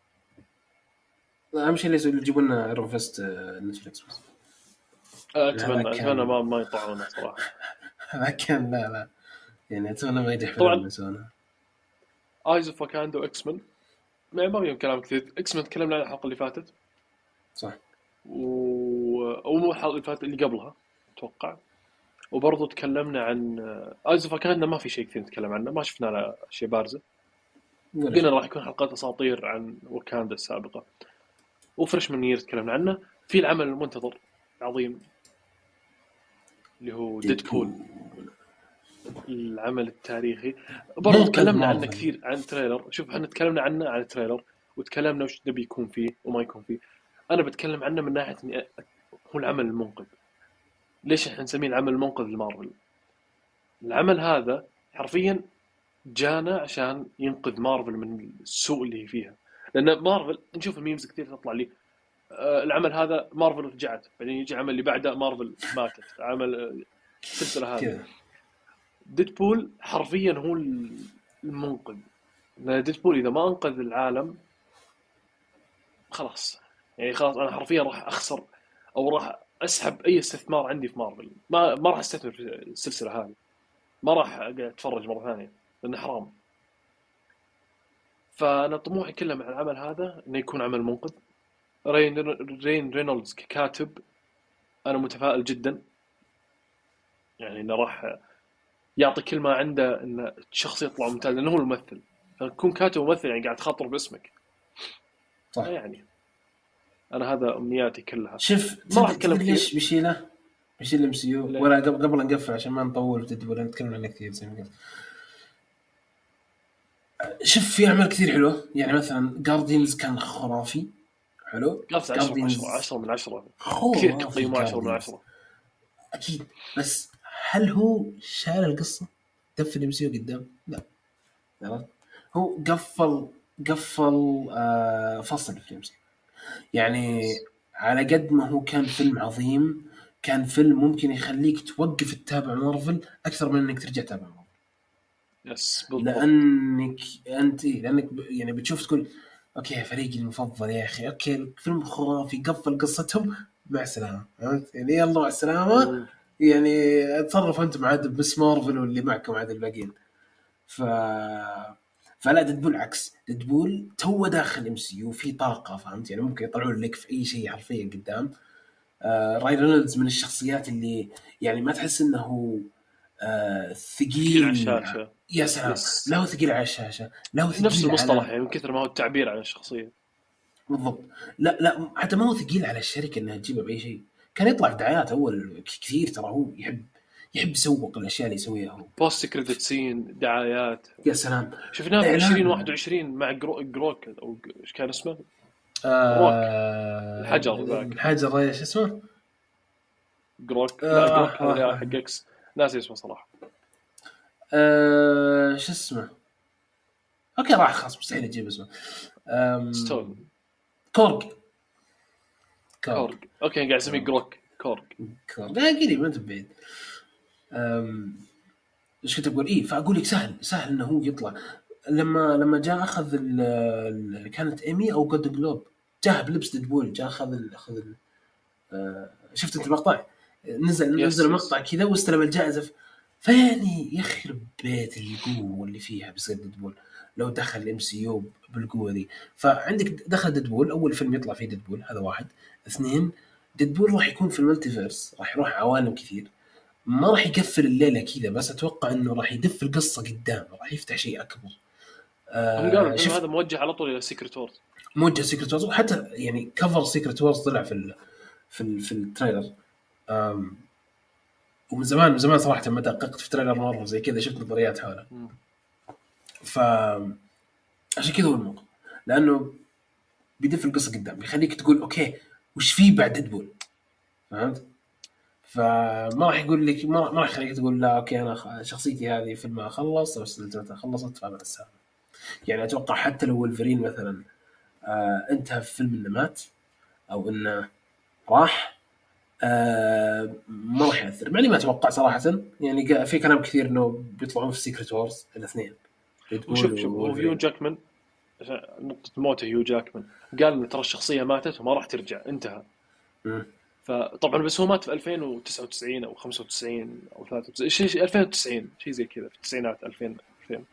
اهم شيء اللي يجيبوا لنا ايرون فيست نتفلكس بس. هذا اتمنى كان ما يطلعونه صراحه. هذا كان لا لا، يعني اتمنى ما يجحفلون طبعا اللي يسوونه. ايز اوف واكاندا واكس مان ما فيهم كلام كثير. اكس مان تكلمنا عن الحلقه اللي فاتت صح. او مو الحلقه اللي فاتت، اللي قبلها اتوقع. وبرضه تكلمنا عن ايز اوف واكاندا، ما في شيء كثير نتكلم عنه، ما شفنا له شيء بارزه. ولا قلنا شيء. راح يكون حلقات اساطير عن واكاندا السابقه. وفريشمان يير تكلمنا عنه. في العمل المنتظر العظيم اللي هو ديدبول، ديدبول العمل التاريخي. برضو منقذ تكلمنا عنه مارفل. كثير عن تريلر. شوف احنا تكلمنا عنه عن التريلر، وتكلمنا وش نبي يكون فيه وما يكون فيه. انا بتكلم عنه من ناحيه اني هو العمل المنقذ. ليش احنا نسميه العمل المنقذ لمارفل؟ العمل هذا حرفيا جانا عشان ينقذ مارفل من السوء اللي هي فيها. لان مارفل نشوف الميمز كثير تطلع لي العمل هذا مارفل رجعت، بعدين يجي العمل اللي بعده مارفل ماتت، عمل السلسله هذه. كذا ديدبول حرفيا هو المنقذ. لأن ديدبول إذا ما أنقذ العالم خلاص، يعني خلاص أنا حرفيا راح أخسر أو راح أسحب أي استثمار عندي في مارفل. ما راح أستثمر في السلسلة هذه، ما راح أقعد أتفرج مرة ثانية لأنه حرام. فأنا طموحي كله مع العمل هذا إنه يكون عمل منقذ. رين رينولدز ككاتب أنا متفائل جدا، يعني إنه راح يعطي كل ما عنده إن الشخص يطلع ممتاز، لأنه هو الممثل. تكون كاتب وممثل يعني قاعد تخاطر باسمك. صح. يعني أنا هذا أمنياتي كلها. شوف ما راح أتكلم تدري كثير. ليش بيشيله؟ بيشيل ام سي يو ليه؟ ولا قبل نقفل عشان ما نطول وتدبر نتكلم عنه كثير زي ما قلت. شوف في اعمال كثير حلوه، يعني مثلا جاردينز كان خرافي حلو. قلت 10 من 10، جاردينز 10 من 10. كثير خرافي تقييمه 10 من جاردينز 10. اكيد. بس هل هو شال القصه؟ دف الام سي يو قدام؟ لا. عرفت؟ هو قفل فصل في الام سي يو. يعني على قد ما هو كان فيلم عظيم، كان فيلم ممكن يخليك توقف تتابع مارفل أكثر من إنك ترجع تتابع مارفل. يس بالضبط. لأنك يعني بتشوف تقول أوكي فريقي المفضل يا أخي، أوكي الفيلم خرافي قفل قصتهم مع السلامة، يعني يلا مع السلامة. مم. يعني اتصرف أنتم عاد بس مارفل واللي معكم عاد الباقيين. ف فلا ديدبول عكس، ديدبول تو داخل ام سي يو في طاقه، فهمت؟ يعني ممكن يطلعون لك في اي شيء حرفيا قدام. راي رينولدز من الشخصيات اللي يعني ما تحس انه ثقيل على ثقيل. الشاشة. يا سلام، يس. لا هو ثقيل على الشاشه، لا هو نفس ثقيل المصطلح على يعني من كثر ما هو التعبير عن الشخصية. بالضبط. لا لا حتى ما هو ثقيل على الشركه انها تجيبه باي شيء. كان يطلع في دعايات اول كثير، ترى هو يحب يسوق الاشياء اللي يسويها هو. بوست كريدت سين، دعايات يا سلام. شفناه في اعلان 2021 مع جروك او ايش كان اسمه؟ روك. آه... الحجر ذاك. الحجر ايش اسمه؟ جروك، لا آه جروك هذا آه اللي آه. حق اكس، ناسي اسمه صراحة. شو اسمه؟ اوكي راح خلاص مستحيل اجيب اسمه. ستون. كورج. كورج. كورج. اوكي قاعد اسميه كورج. جروك. كورج. كورج لا قريب ما انت بعيد. ايش كنت اقول؟ فاقول لك سهل انه هو يطلع. لما جاء اخذ كانت ايمي او جولدن جلوب، جاء بلبس ديدبول، جاء اخذ شفت انت المقطع؟ نزل يس يس. مقطع كذا واستلم الجائزه فيعني يخرب بيت القوة اللي فيها بيصير ديدبول لو دخل الام سي يو بالقوة دي. فعندك دخل ديدبول، أول فيلم يطلع فيه ديدبول، هذا واحد. اثنين، ديدبول راح يكون في الملتيفيرس، راح يروح عوالم كثير، ما راح يقفل الليلة كذا بس، أتوقع إنه راح يدف القصة قدام، راح يفتح شيء أكبر. هم قالوا الفيلم شفت هذا موجه على طول الى سيكريت وورز. موجه سيكريت وورز، وحتى يعني كفر سيكريت وورز طلع في التريلر. آم، ومن زمان من زمان صراحة ما دققت في تريلر مرة زي كذا، شفت نظريات حوله. ف عشان كذا هو الموقف، لانه بيدف القصه قدام، بيخليك تقول اوكي وش في بعد ديدبول، فهمت؟ فما راح يقول لك، ما راح يخليك تقول لا اوكي انا شخصيتي هذه فيلمها خلص او سلسلتها خلصت فانا السالفه. يعني اتوقع حتى لو ولفرين مثلا انتهى في فيلم انه مات او انه راح، ما راح ياثر، مع اني ما اتوقع صراحه. يعني في كلام كثير انه بيطلعون في سيكريت وورز الاثنين، ديدبول وشوف هو هيو وولفرين. جاكمان، نقطة موته هيو جاكمان، قال إن ترى الشخصية ماتت وما راح ترجع، انتهى. مم. فطبعا بس هو مات في 2099 أو 95 أو 93 شيء 2090 شيء زي كذا، في التسعينات 2000 2000.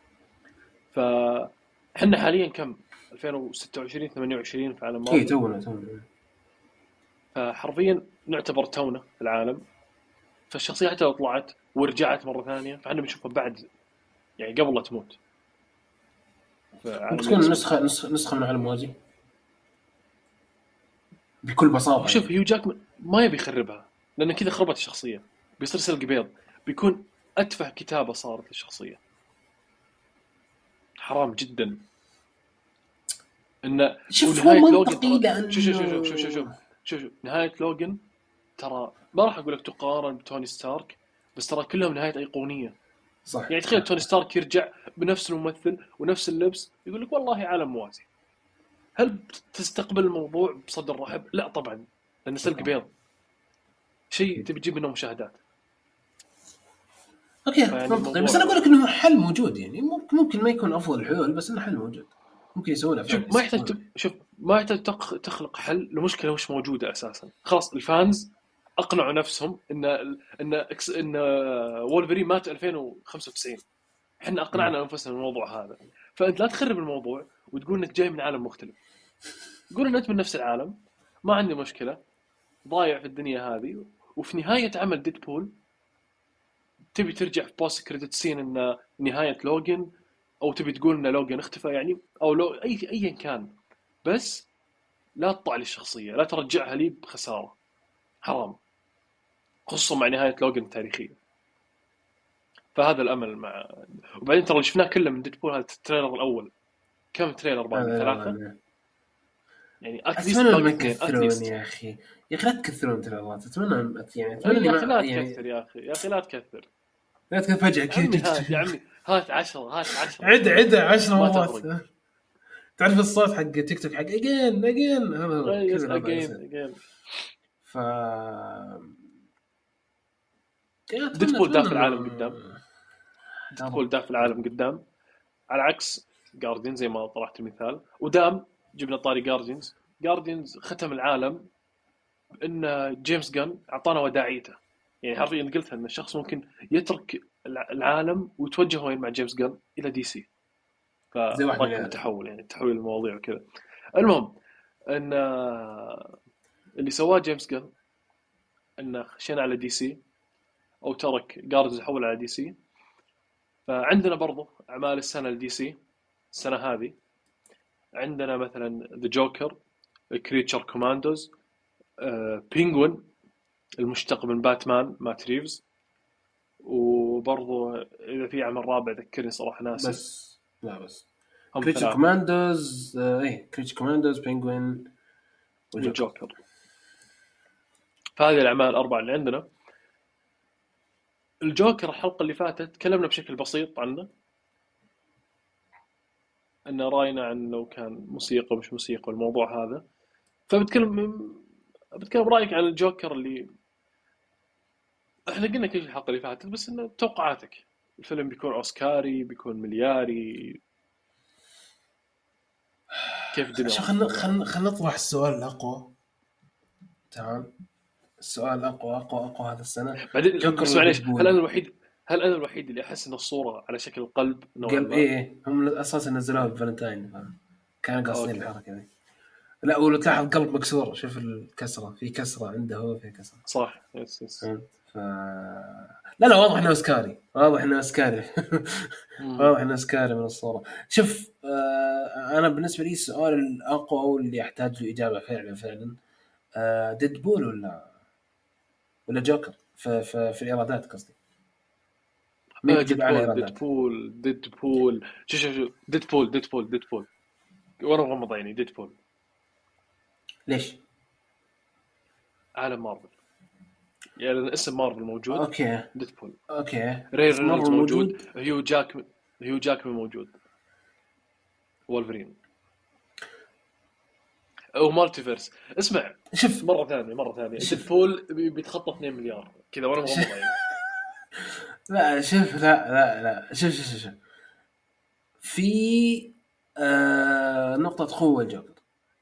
فحنا حاليا كم 2026 28 في عالم اي مارفل. تونا. فحرفيا نعتبر تونا في العالم. فالشخصية حتى لو طلعت ورجعت مرة ثانية فاحنا بنشوفها بعد، يعني قبل لا تموت في عالم وبتكون الاكس مان. نسخة من عالم موازي بكل هو بساطة شوف يعني. هيو جاكمان ما يبي يخربها، لأن كذا خربت الشخصية، بيصير سلق بيض، بيكون أتفه كتابة صارت للشخصية. حرام جدا إن شوف هو ونهاية لوجن منطقي ترى، شوف لأنه نهاية لوجن ترى ما راح أقول لك تقارن بتوني ستارك، بس ترى كلهم نهاية أيقونية. صح يعني تخيل صح توني صح. ستارك يرجع بنفس الممثل ونفس اللبس يقول لك والله عالم موازي. هل تستقبل الموضوع بصدر رحب؟ لا طبعا، لأنه سلق طبعا بيض، شيء أكيد. تبي تجيب منه مشاهدات. اوكي فيعني منطقي، بس انا الموضوع، اقول لك انه حل موجود، يعني ممكن ما يكون افضل الحلول بس انه حل موجود، ممكن يسوونه شوف فعلا ما يحتاج يستخدمونه. شوف ما يحتاج تخلق حل لمشكله مش موجوده اساسا. خلاص الفانز اقنعوا نفسهم ان وولفرين مات 2095. احنا مم. اقنعنا انفسنا بالموضوع هذا. فانت لا تخرب الموضوع وتقول انك جاي من عالم مختلف. قول ان انت من نفس العالم، ما عندي مشكله، ضايع في الدنيا هذه. وفي نهايه عمل ديدبول تبي ترجع في بوست كريدت سين ان نهايه لوجن، او تبي تقول ان لوجن اختفى يعني، او لو ايا كان، بس لا تطع لي الشخصيه، لا ترجعها لي بخساره. حرام، خصوصا مع نهايه لوجن التاريخيه. فهذا الامل مع. وبعدين ترى اللي شفناه كله من ديدبول هذا التريلر الاول. كم تريلر باقي؟ ثلاثه. يعني اتليست اتمنى ما باقي اثنين يكثرون اتليست. يا اخي، يا اخي لا تكثرون تريلرات، اتمنى يعني اتمنى اي اني يا اخي ما لا يعني تكثر، يا اخي يا اخي لا تكثر. لا تكون فجأة يا عمي هات، يا كذا. عمي هات 10 هات 10 عد 10 ما مرات. تفرق. تعرف الصوت حق تيك توك حق اجين هذا هو يس كذا الوضع اجين يصير. اجين. ف يعني ديدبول اتمنى داخل انه العالم قدام، يا ديدبول رب داخل يا العالم رب. قدام، على عكس جارديان زي ما طرحت المثال. ودام جبنا طاري جاردينز ختم العالم ان جيمس جان اعطانا وداعيته. يعني حرفيا قلتها ان الشخص ممكن يترك العالم ويتوجه وين مع جيمس جان الى دي سي. زي واحد فرايكم مليار. التحول، يعني تحويل المواضيع وكذا. المهم ان اللي سواه جيمس جان انه خشينا على دي سي، او ترك جاردز يحول على دي سي. فعندنا برضو اعمال السنه لدي سي السنه هذه. عندنا مثلا ذا جوكر، كريتشر كوماندوز، بينجوين المشتق من باتمان مات ريفز. وبرضو اذا في عمل رابع ذكرني صراحه ناسي. بس لا بس هم كريتشر ثلاثه كوماندوز، ايه كريتشر كوماندوز بينجوين وجوكر. والجوكر. فهذه الاعمال الاربعه اللي عندنا. الجوكر الحلقه اللي فاتت تكلمنا بشكل بسيط عنه، ان راينا عن لو كان موسيقى مش موسيقى الموضوع هذا. بتكلم رايك عن الجوكر اللي احنا قلنا كل الحلقه اللي فاتت، بس انه توقعاتك. الفيلم بيكون اوسكاري، بيكون ملياري؟ كيف الدنيا عشان راح خلنا تكون معك؟ خلنا نطرح السؤال الاقوى. تمام. السؤال الاقوى اقوى هذا السنه، بعدين جوكر بس ولا معليش، هل انا ديدبول؟ الوحيد هل انا الوحيد اللي احس ان الصوره على شكل قلب نوعا قال ما؟ ايه هم اساسا نزلوها بفالنتاين، كان قاصدين اوكي. الحركه ذي. لا ولو تلاحظ قلب مكسور، شوف الكسره، في كسره عنده هو، في كسره. صح، يس يس. فهمت؟ لا لا، واضح انه اسكاري، واضح انه اسكاري. مم. واضح انه اسكاري من الصوره. شوف انا بالنسبه لي السؤال الاقوى او اللي يحتاج له اجابه فعلا فعلا، ديدبول ولا جوكر في الايرادات قصدي، مين بيجيب اعلى ديدبول ايرادات؟ ديدبول شو ديدبول وانا مغمض عيني. ديدبول. ليش؟ عالم مارفل، يعني لأن اسم مارفل موجود. اوكي ديدبول. اوكي، ري بس مارفل رينولدز موجود. موجود. هيو جاكمان موجود. وولفرين. او مالتيفيرس. اسمع، شوف مرة ثانية شوف ديدبول بيتخطى 2 مليار كذا وانا شوف مغمض عيني. لا شوف، لا شوف في نقطة قوة الجوكر،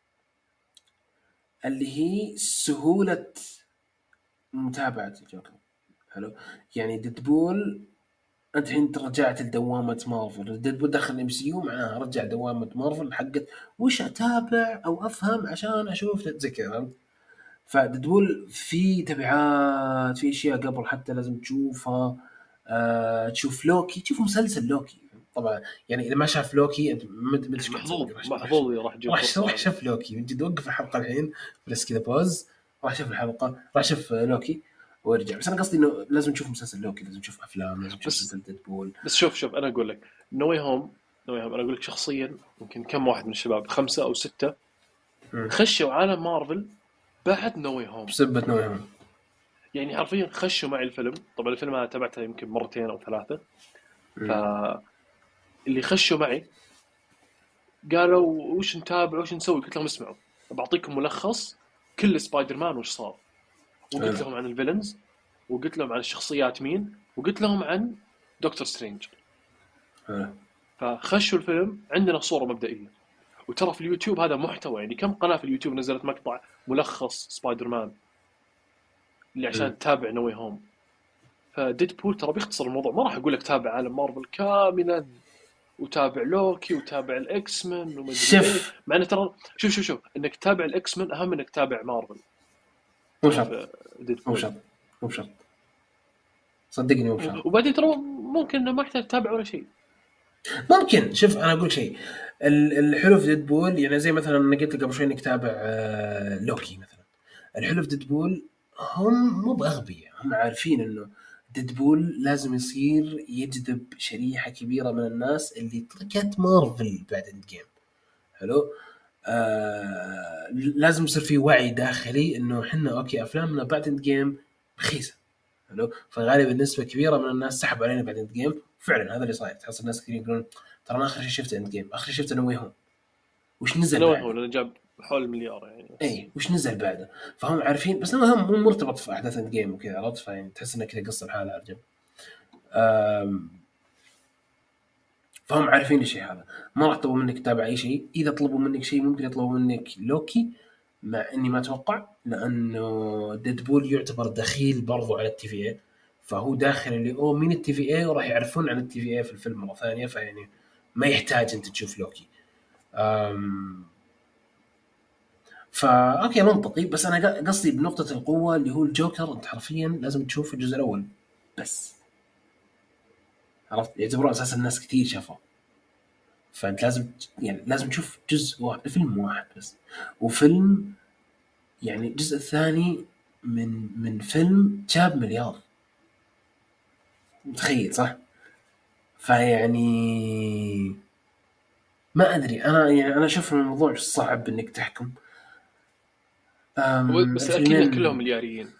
اللي هي سهولة متابعة الجوكر. حلو، يعني ديدبول انت الحين رجعت لدوامة مارفل، ديدبول دخل الام سي يو معناها رجع دوامة مارفل حقت وش اتابع او افهم عشان اشوف زي كذا، فهمت؟ فديدبول في تبعات، في اشياء قبل حتى لازم تشوفها. تشوف لوكي، تشوف مسلسل لوكي طبعا. يعني اذا ما شاف لوكي انت ما ايش قاعد تسوي. محظوظ اللي راح يجيب فرصة راح هذه. شوف لوكي من جد، وقف الحلقه الحين بس كذا بوز، راح شوف الحلقه، راح شوف لوكي وارجع. بس انا قصدي انه لازم تشوف مسلسل لوكي، لازم تشوف افلام، لازم تشوف بس مسلسل ديدبول. شوف انا اقول لك. نوي هوم انا اقول لك شخصيا، يمكن كم واحد من الشباب 5 أو 6 مم. خشوا عالم مارفل بعد نوي هوم. بسبة نوعهم. يعني حرفيا خشوا معي الفيلم. طبعا الفيلم انا تابعته يمكن مرتين او ثلاثة. فاللي خشوا معي قالوا وش نتابع وش نسوي، قلت لهم اسمعوا بعطيكم ملخص كل سبايدر مان وش صار، وقلت حلو لهم عن الفيلنز، وقلت لهم عن الشخصيات مين، وقلت لهم عن دكتور سترينج. حلو. فخشوا الفيلم عندنا صورة مبدئية. وترى في اليوتيوب هذا محتوى، يعني كم قناة في اليوتيوب نزلت مقطع ملخص سبايدر مان اللي مم. عشان تتابع نوي هوم. فديدبول ترى بيختصر الموضوع، ما راح اقول لك تابع عالم مارفل كاملا وتابع لوكي وتابع الاكس مان ومدري ايه، شوف مع انه ترى شوف انك تتابع الاكس مان اهم من انك تتابع مارفل. مو ترى شرط، في مو ديدبول. شرط، مو بشرط، صدقني مو بشرط. وبعدين ترى ممكن انه ما يحتاج تتابع ولا شيء. ممكن، شوف انا اقول شيء، الحلو في ديدبول يعني زي مثلا انا قلت لك قبل شوي انك تتابع لوكي مثلا. الحلو في ديدبول هم مو باغبياء، هم عارفين انه ديدبول لازم يصير يجذب شريحه كبيره من الناس اللي تركت مارفل بعد اند جيم. حلو. لازم يصير في وعي داخلي انه احنا اوكي افلامنا بعد اند جيم رخيصه. حلو، فغالبا نسبه كبيره من الناس سحبوا علينا بعد اند جيم. فعلا هذا اللي صاير، تحصل ناس كثير يقولون ترى انا اخر شيء شفت اند جيم، اخر شيء شفت نوي هوم، وش نزل نوي هوم بعده؟ لانه جاب حول المليار يعني بس. اي وش نزل بعده؟ فهم عارفين، بس هم مو مرتبط في احداث اند جيم وكذا، عرفت؟ فيعني تحس انه كذا قصه لحالها ارجع. فهم عارفين الشيء هذا، ما راح يطلبوا منك تتابع اي شيء. اذا طلبوا منك شيء ممكن يطلبوا منك لوكي، مع اني ما اتوقع، لانه ديدبول يعتبر دخيل برضو على التي في اي، فهو داخل اللي مين التي في اي، وراح يعرفون عن التي في اي في الفيلم مره ثانيه، فيعني ما يحتاج انت تشوف لوكي. أم فا اوكي منطقي، بس انا قصدي بنقطه القوه اللي هو الجوكر، انت حرفيا لازم تشوف الجزء الاول بس، عرفت؟ يعتبرون اساسا الناس كثير شافوه، فانت لازم يعني لازم تشوف جزء واحد، فيلم واحد بس. وفيلم يعني الجزء الثاني من فيلم جاب مليار، متخيل صح؟ فيعني ما ادري، انا يعني انا اشوف إن الموضوع صعب انك تحكم. بس اكيد إن كلهم الفيلمين ملياريين.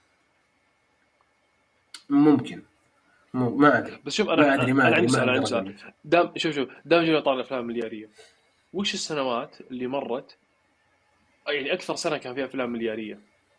ممكن، ما ادري، بس شوف ما ادري ما انا ادري عندي ما سؤال، اقدر اقول لك. دام جينا طالع افلام ملياريه، وش السنوات اللي مرت يعني اكثر سنه كان فيها افلام ملياريه؟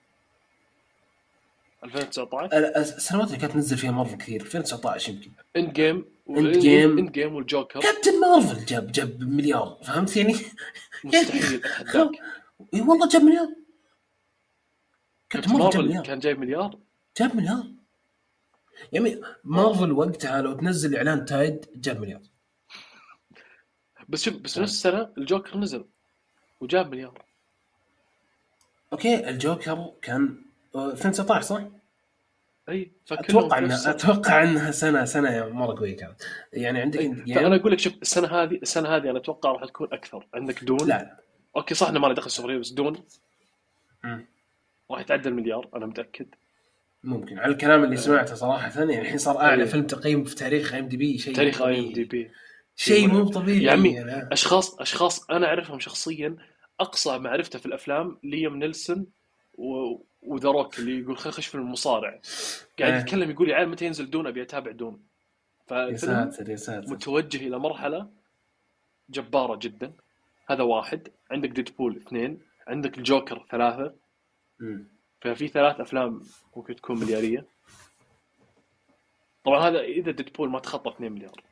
2019. السنوات اللي كانت تنزل فيها مارفل كثير 2019 يمكن. اند جيم اند جيم، اند جيم والجوكر. كابتن مارفل جاب مليار، فهمت يعني؟ يعني مستحيل خل... اتحداك. اي والله جاب مليار، كابتن كابتن مارفل جاب مارفل مليار، كان جايب مليار. جاب مليار. يعني مارفل وقتها لو تنزل اعلان تايد جاب مليار. بس شوف، بس نفس السنه الجوكر نزل وجاب مليار. اوكي الجوكر كان 2019 صح؟ اي فكلهم في نفس السنه. اتوقع انها سنه مره قويه كانت. يعني عندك اي اند فانا جيم. اقول لك شوف، السنه هذه انا اتوقع راح تكون اكثر. عندك دون. لا. اوكي صح انه ما له دخل سوبر هيرو، بس دون مم. راح يتعدى المليار انا متاكد. ممكن على الكلام اللي آه، سمعته صراحه، يعني الحين صار اعلى اي فيلم تقييم في تاريخ ام دي بي، شيء مو تاريخ اي ام دي طبيعي. بي شيء شيء مو مرعب يا طبيعي عمي. يعني. اشخاص انا اعرفهم شخصيا، اقصى معرفته في الافلام ليام نيلسون وذا روك اللي يقول خلينا نخش فيلم المصارع، قاعد ايه. يتكلم يقول يا عيال متى ينزل دون، ابي اتابع دون. يا فالفيلم ساتر يا ساتر. متوجه الى مرحله جباره جدا. هذا واحد. عندك ديدبول اثنين، عندك الجوكر ثلاثه. مم. ففي ثلاث افلام ممكن تكون ملياريه. طبعا هذا اذا ديدبول ما تخطى 2 مليار.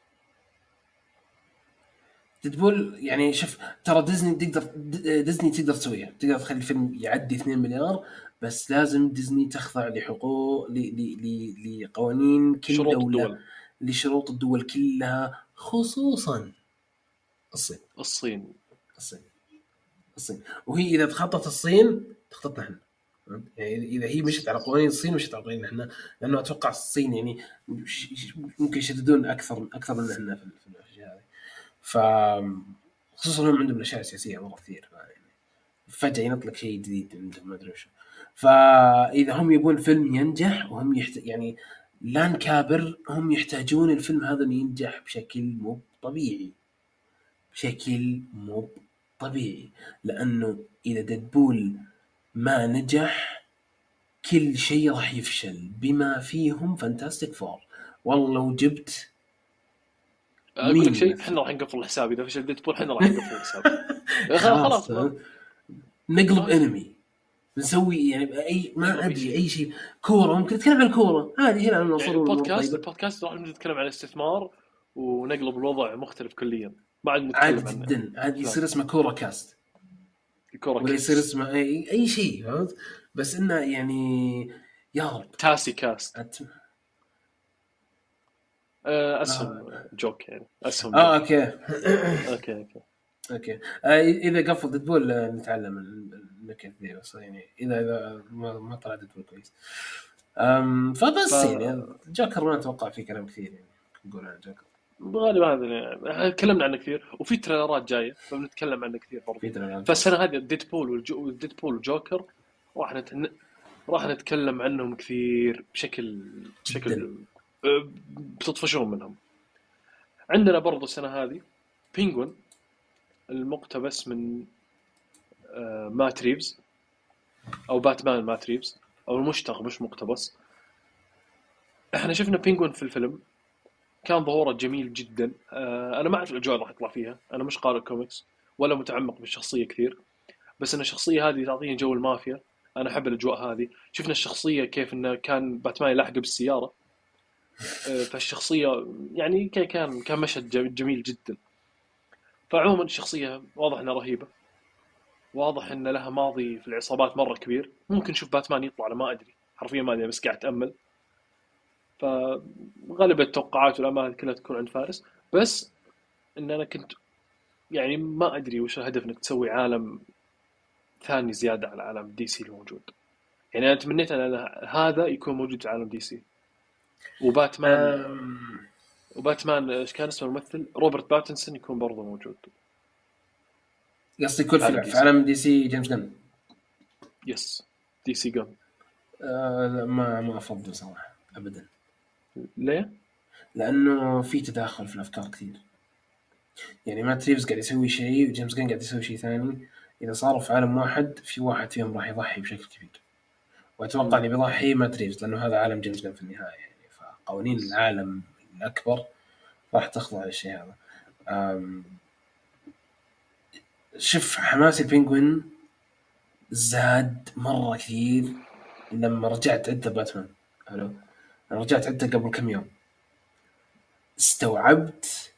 ديدبول يعني شوف، ترى ديزني تقدر تسويها، تقدر تخلي الفيلم يعدي 2 مليار، بس لازم ديزني تخضع لحقوق لقوانين كل شروط دولة، الدول. لشروط الدول كلها، خصوصا الصين. الصين. الصين الصين وهي إذا تخطت الصين تخططنا احنا. فهمت؟ يعني إذا هي مشت على قوانين الصين مشت على قوانين احنا، لأنه أتوقع الصين يعني ممكن يشددون أكثر من احنا في الأشياء هذه. ف خصوصا هم عندهم الاشياء السياسيه مره كثير، يعني فجاه ينطلق شيء جديد عندهم ما ادري وش. فاذا هم يبون فيلم ينجح وهم يعني لا نكابر، هم يحتاجون الفيلم هذا انه ينجح بشكل مو طبيعي، بشكل مو طبيعي. لانه اذا ديدبول ما نجح كل شيء راح يفشل، بما فيهم فانتاستيك فور. والله لو جبت اقول لك مين شيء، يمثل. احنا راح نقفل الحساب اذا فشل ديدبول، احنا راح نقفل الحساب. خلاص خلاص ما نقلب ما في انمي، نسوي يعني اي ما نقلب اي ادري شيء. اي شيء. كوره، ممكن نتكلم عن الكوره عادي هنا يعني نوصل الامور طيبه. البودكاست راح نتكلم عن الاستثمار ونقلب الوضع مختلف كليا. ما عاد عادي نتكلم عن جدا، عادي افلام. يصير اسمه كوره كاست، الكوره ولا يصير كيدز. اسمه اي شيء، فهمت؟ بس انه يعني يا رب. تاسي كاست. أت... اسهم جوك، يعني اسهم جوك. اوكي. اوكي اوكي. اوكي اذا قفل ديدبول نتعلم النكت ذي، بس يعني اذا ما طلع ديدبول كويس. فبس يعني جوكر ما اتوقع فيه كلام كثير يعني نقول عن جوكر. غالبا هذا يعني تكلمنا عنه كثير، وفي تريلرات جايه فبنتكلم عنه كثير برضو. في ترى فالسنه هذه ديدبول والجوكر راح راح نتكلم عنهم كثير جدا. بشكل بتطفشون منهم. عندنا برضو السنة هذه بينجوين، المقتبس من مات ريفز، أو باتمان مات ريفز، أو المشتق مش مقتبس. احنا شفنا بينجوين في الفيلم، كان ظهوره جميل جدا. أنا ما أعرف الأجواء اللي راح يطلع فيها، أنا مش قارئ كوميكس ولا متعمق بالشخصية كثير، بس أن الشخصية هذه تعطيني جو المافيا. أنا أحب الأجواء هذه. شفنا الشخصية كيف أنه كان باتمان يلاحقه بالسيارة. فالشخصية يعني كان مشهد جميل جدا. فعموما الشخصية واضح انها رهيبة، واضح ان لها ماضي في العصابات مرة كبير. ممكن نشوف باتمان يطلع، انا ما ادري حرفيا، ما ادري بس قاعد اتأمل. فغالبا التوقعات والامال كلها تكون عند فارس. بس ان انا كنت يعني ما ادري وش الهدف انك تسوي عالم ثاني زيادة على عالم دي سي الموجود. يعني انا تمنيت ان هذا يكون موجود في عالم دي سي. وباتمان أم... وباتمان ايش كان اسمه الممثل، روبرت باتنسون، يكون برضه موجود قصدي كل في عالم في دي في سي. عالم دي سي جيمس جن. يس. دي سي جون. لا، ما افضل صراحه ابدا، ليه؟ لانه في تداخل في الافكار كثير. يعني مات ريفز قاعد يسوي شيء وجيمس جن قاعد يسوي شيء ثاني. اذا صاروا في عالم واحد في واحد فيهم راح يضحي بشكل كبير، واتوقع مم. اللي بيضحي مات ريفز، لانه هذا عالم جيمس جن في النهايه يعني. فقوانين يس. العالم الاكبر راح تخضع للشيء هذا. أم... شوف حماس البينجوين زاد مره كثير لما رجعت عدة باتمان. حلو. أنا رجعت عدة قبل كم يوم، استوعبت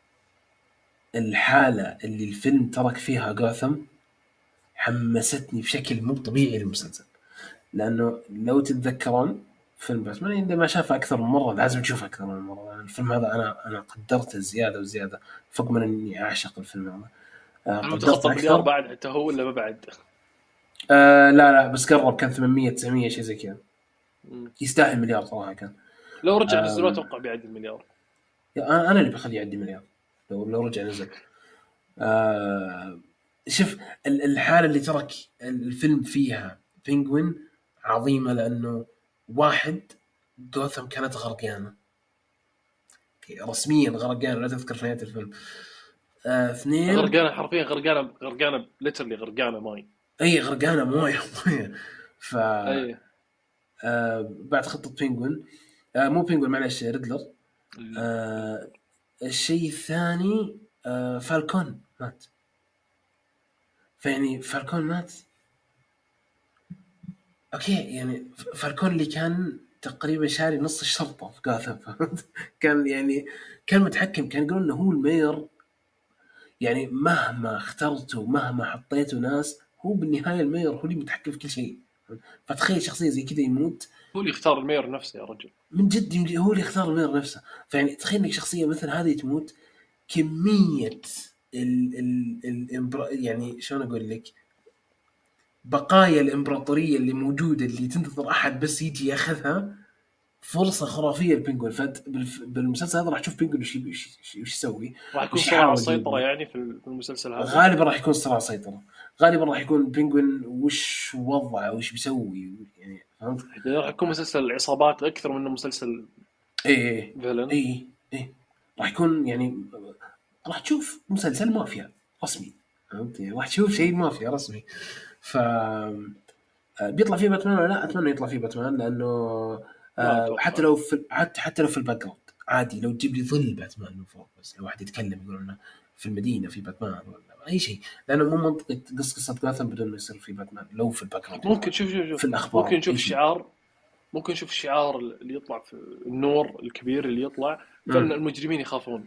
الحالة اللي الفيلم ترك فيها غوثم. حمستني بشكل مو طبيعي للمسلسل، لأنه لو تتذكرون فيلم باتمان اللي ما شافه اكثر من مره لازم تشوفه اكثر من مره. الفيلم هذا انا قدرته زياده وزياده، فوق من اني اعشق الفيلم هذا. هل متخطى قدرته مليار اكثر. بعد حتى هو ولا ما بعد؟ لا لا، بس قرب، كان 800 900 شيء زي كذا. مم. يستاهل مليار صراحه كان. لو رجع نزلوه آم، اتوقع بيعدي المليار. انا اللي بخليه يعدي مليار لو رجع نزل. آه، شوف الحالة اللي ترك الفيلم فيها بينغوين عظيمة، لأنه واحد، جوثم كانت غرقانة، رسميا غرقانة، لا تذكر في نهاية الفيلم. اثنين، غرقانه حرفيا، غرقانه ليترلي غرقانه ماي. أي غرقانة موية موية. ف اي. بعد خطة بينغوين، مو بينغوين معلش، ريدلر. آه الشيء الثاني، فالكون مات. فيعني فالكون مات، اوكي يعني فالكون اللي كان تقريبا شاري نص الشرطه في جاثم، فهمت؟ كان يعني كان متحكم، كان يقولون انه هو المير، يعني مهما اخترته مهما حطيته ناس، هو بالنهايه المير هو اللي متحكم في كل شيء. فتخيل شخصيه زي كذا يموت، هو اللي يختار المير نفسه يا رجل. من جد هو اللي يختار المير نفسه. فيعني تخيل انك شخصيه مثل هذه تموت، كميه يعني شلون اقول لك، بقايا الامبراطوريه اللي موجوده اللي تنتظر احد بس يجي ياخذها، فرصه خرافيه لبنجوين. بالمسلسل هذا راح تشوف بنجوين وش يسوي، راح يكون وش صراع على يحاول السيطره يبني. يعني في المسلسل هذا. غالبا راح يكون صراع سيطره، غالبا راح يكون بنجوين وش وضعه وش بيسوي، يعني فهمت؟ يعني راح يكون مسلسل عصابات اكثر منه مسلسل اي اي فيلن. اي اي، راح يكون يعني راح تشوف مسلسل مافيا رسمي، فهمت؟ يعني راح تشوف شيء مافيا رسمي. ف بيطلع فيه باتمان ولا لا؟ اتمنى يطلع فيه باتمان، لانه ما حتى اتوقع. لو في حتى لو في الباك جراوند عادي، لو تجيب لي ظل باتمان من فوق بس، لو واحد يتكلم يقول انه في المدينه في باتمان ولا اي شيء، لانه مو منطقي قصه جاثم بدون ما يصير في باتمان. لو في الباك جراوند ممكن شوف في ممكن الاخبار نشوف اي شيء. الشعار. ممكن نشوف الشعار اللي يطلع في النور الكبير اللي يطلع، فان المجرمين يخافون.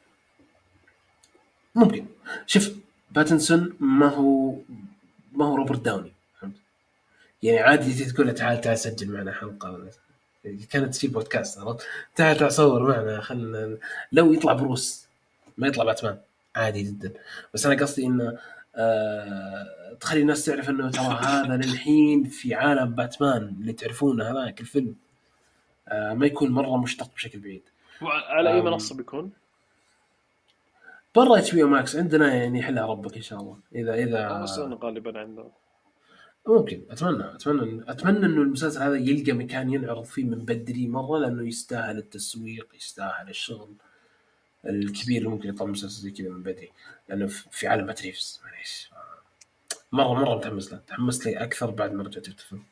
ممكن. شوف، باتنسون ما هو روبرت داوني، فهمت؟ يعني عادي تقول له تعال تعال سجل معنا حلقه ولا كانت في بودكاست، عرفت؟ تعال تعال صور معنا، خلنا لو يطلع بروس ما يطلع باتمان عادي جدا. بس انا قصدي انه تخلي الناس تعرف انه ترى هذا للحين في عالم باتمان اللي تعرفونه هذاك الفيلم، ما يكون مره مشتق بشكل بعيد. على اي منصه بيكون؟ برا اتش بي او ماكس عندنا، يعني يحلها ربك ان شاء الله. امازون غالبا عنده. ممكن، اتمنى انه المسلسل هذا يلقى مكان ينعرض فيه من بدري مره، لانه يستاهل التسويق، يستاهل الشغل الكبير اللي ممكن يطلع مسلسل زي كذا من بدري، لانه في عالم مات ريفز معليش. مره متحمس له، تحمست لي اكثر بعد ما رجعت شفت الفيلم.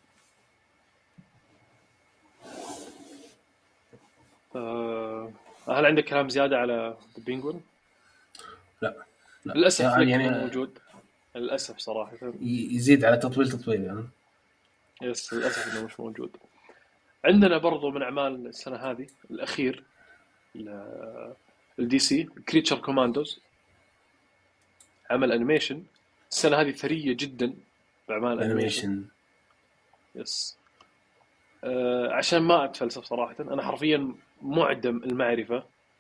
هل عندك كلام زياده على بينجوين؟ لا لا للاسف فليك يعني مو موجود. للاسف صراحه. يزيد على تطويل يعني. يس للاسف انه مش موجود. عندنا برضو من اعمال السنه هذه الاخير الدي سي كريتشر كوماندوز، عمل انيميشن السنه هذه ثريه جدا باعمال انيميشن. انيميشن. يس. عشان ما اتفلسف صراحه، انا حرفيا معدم المعرفه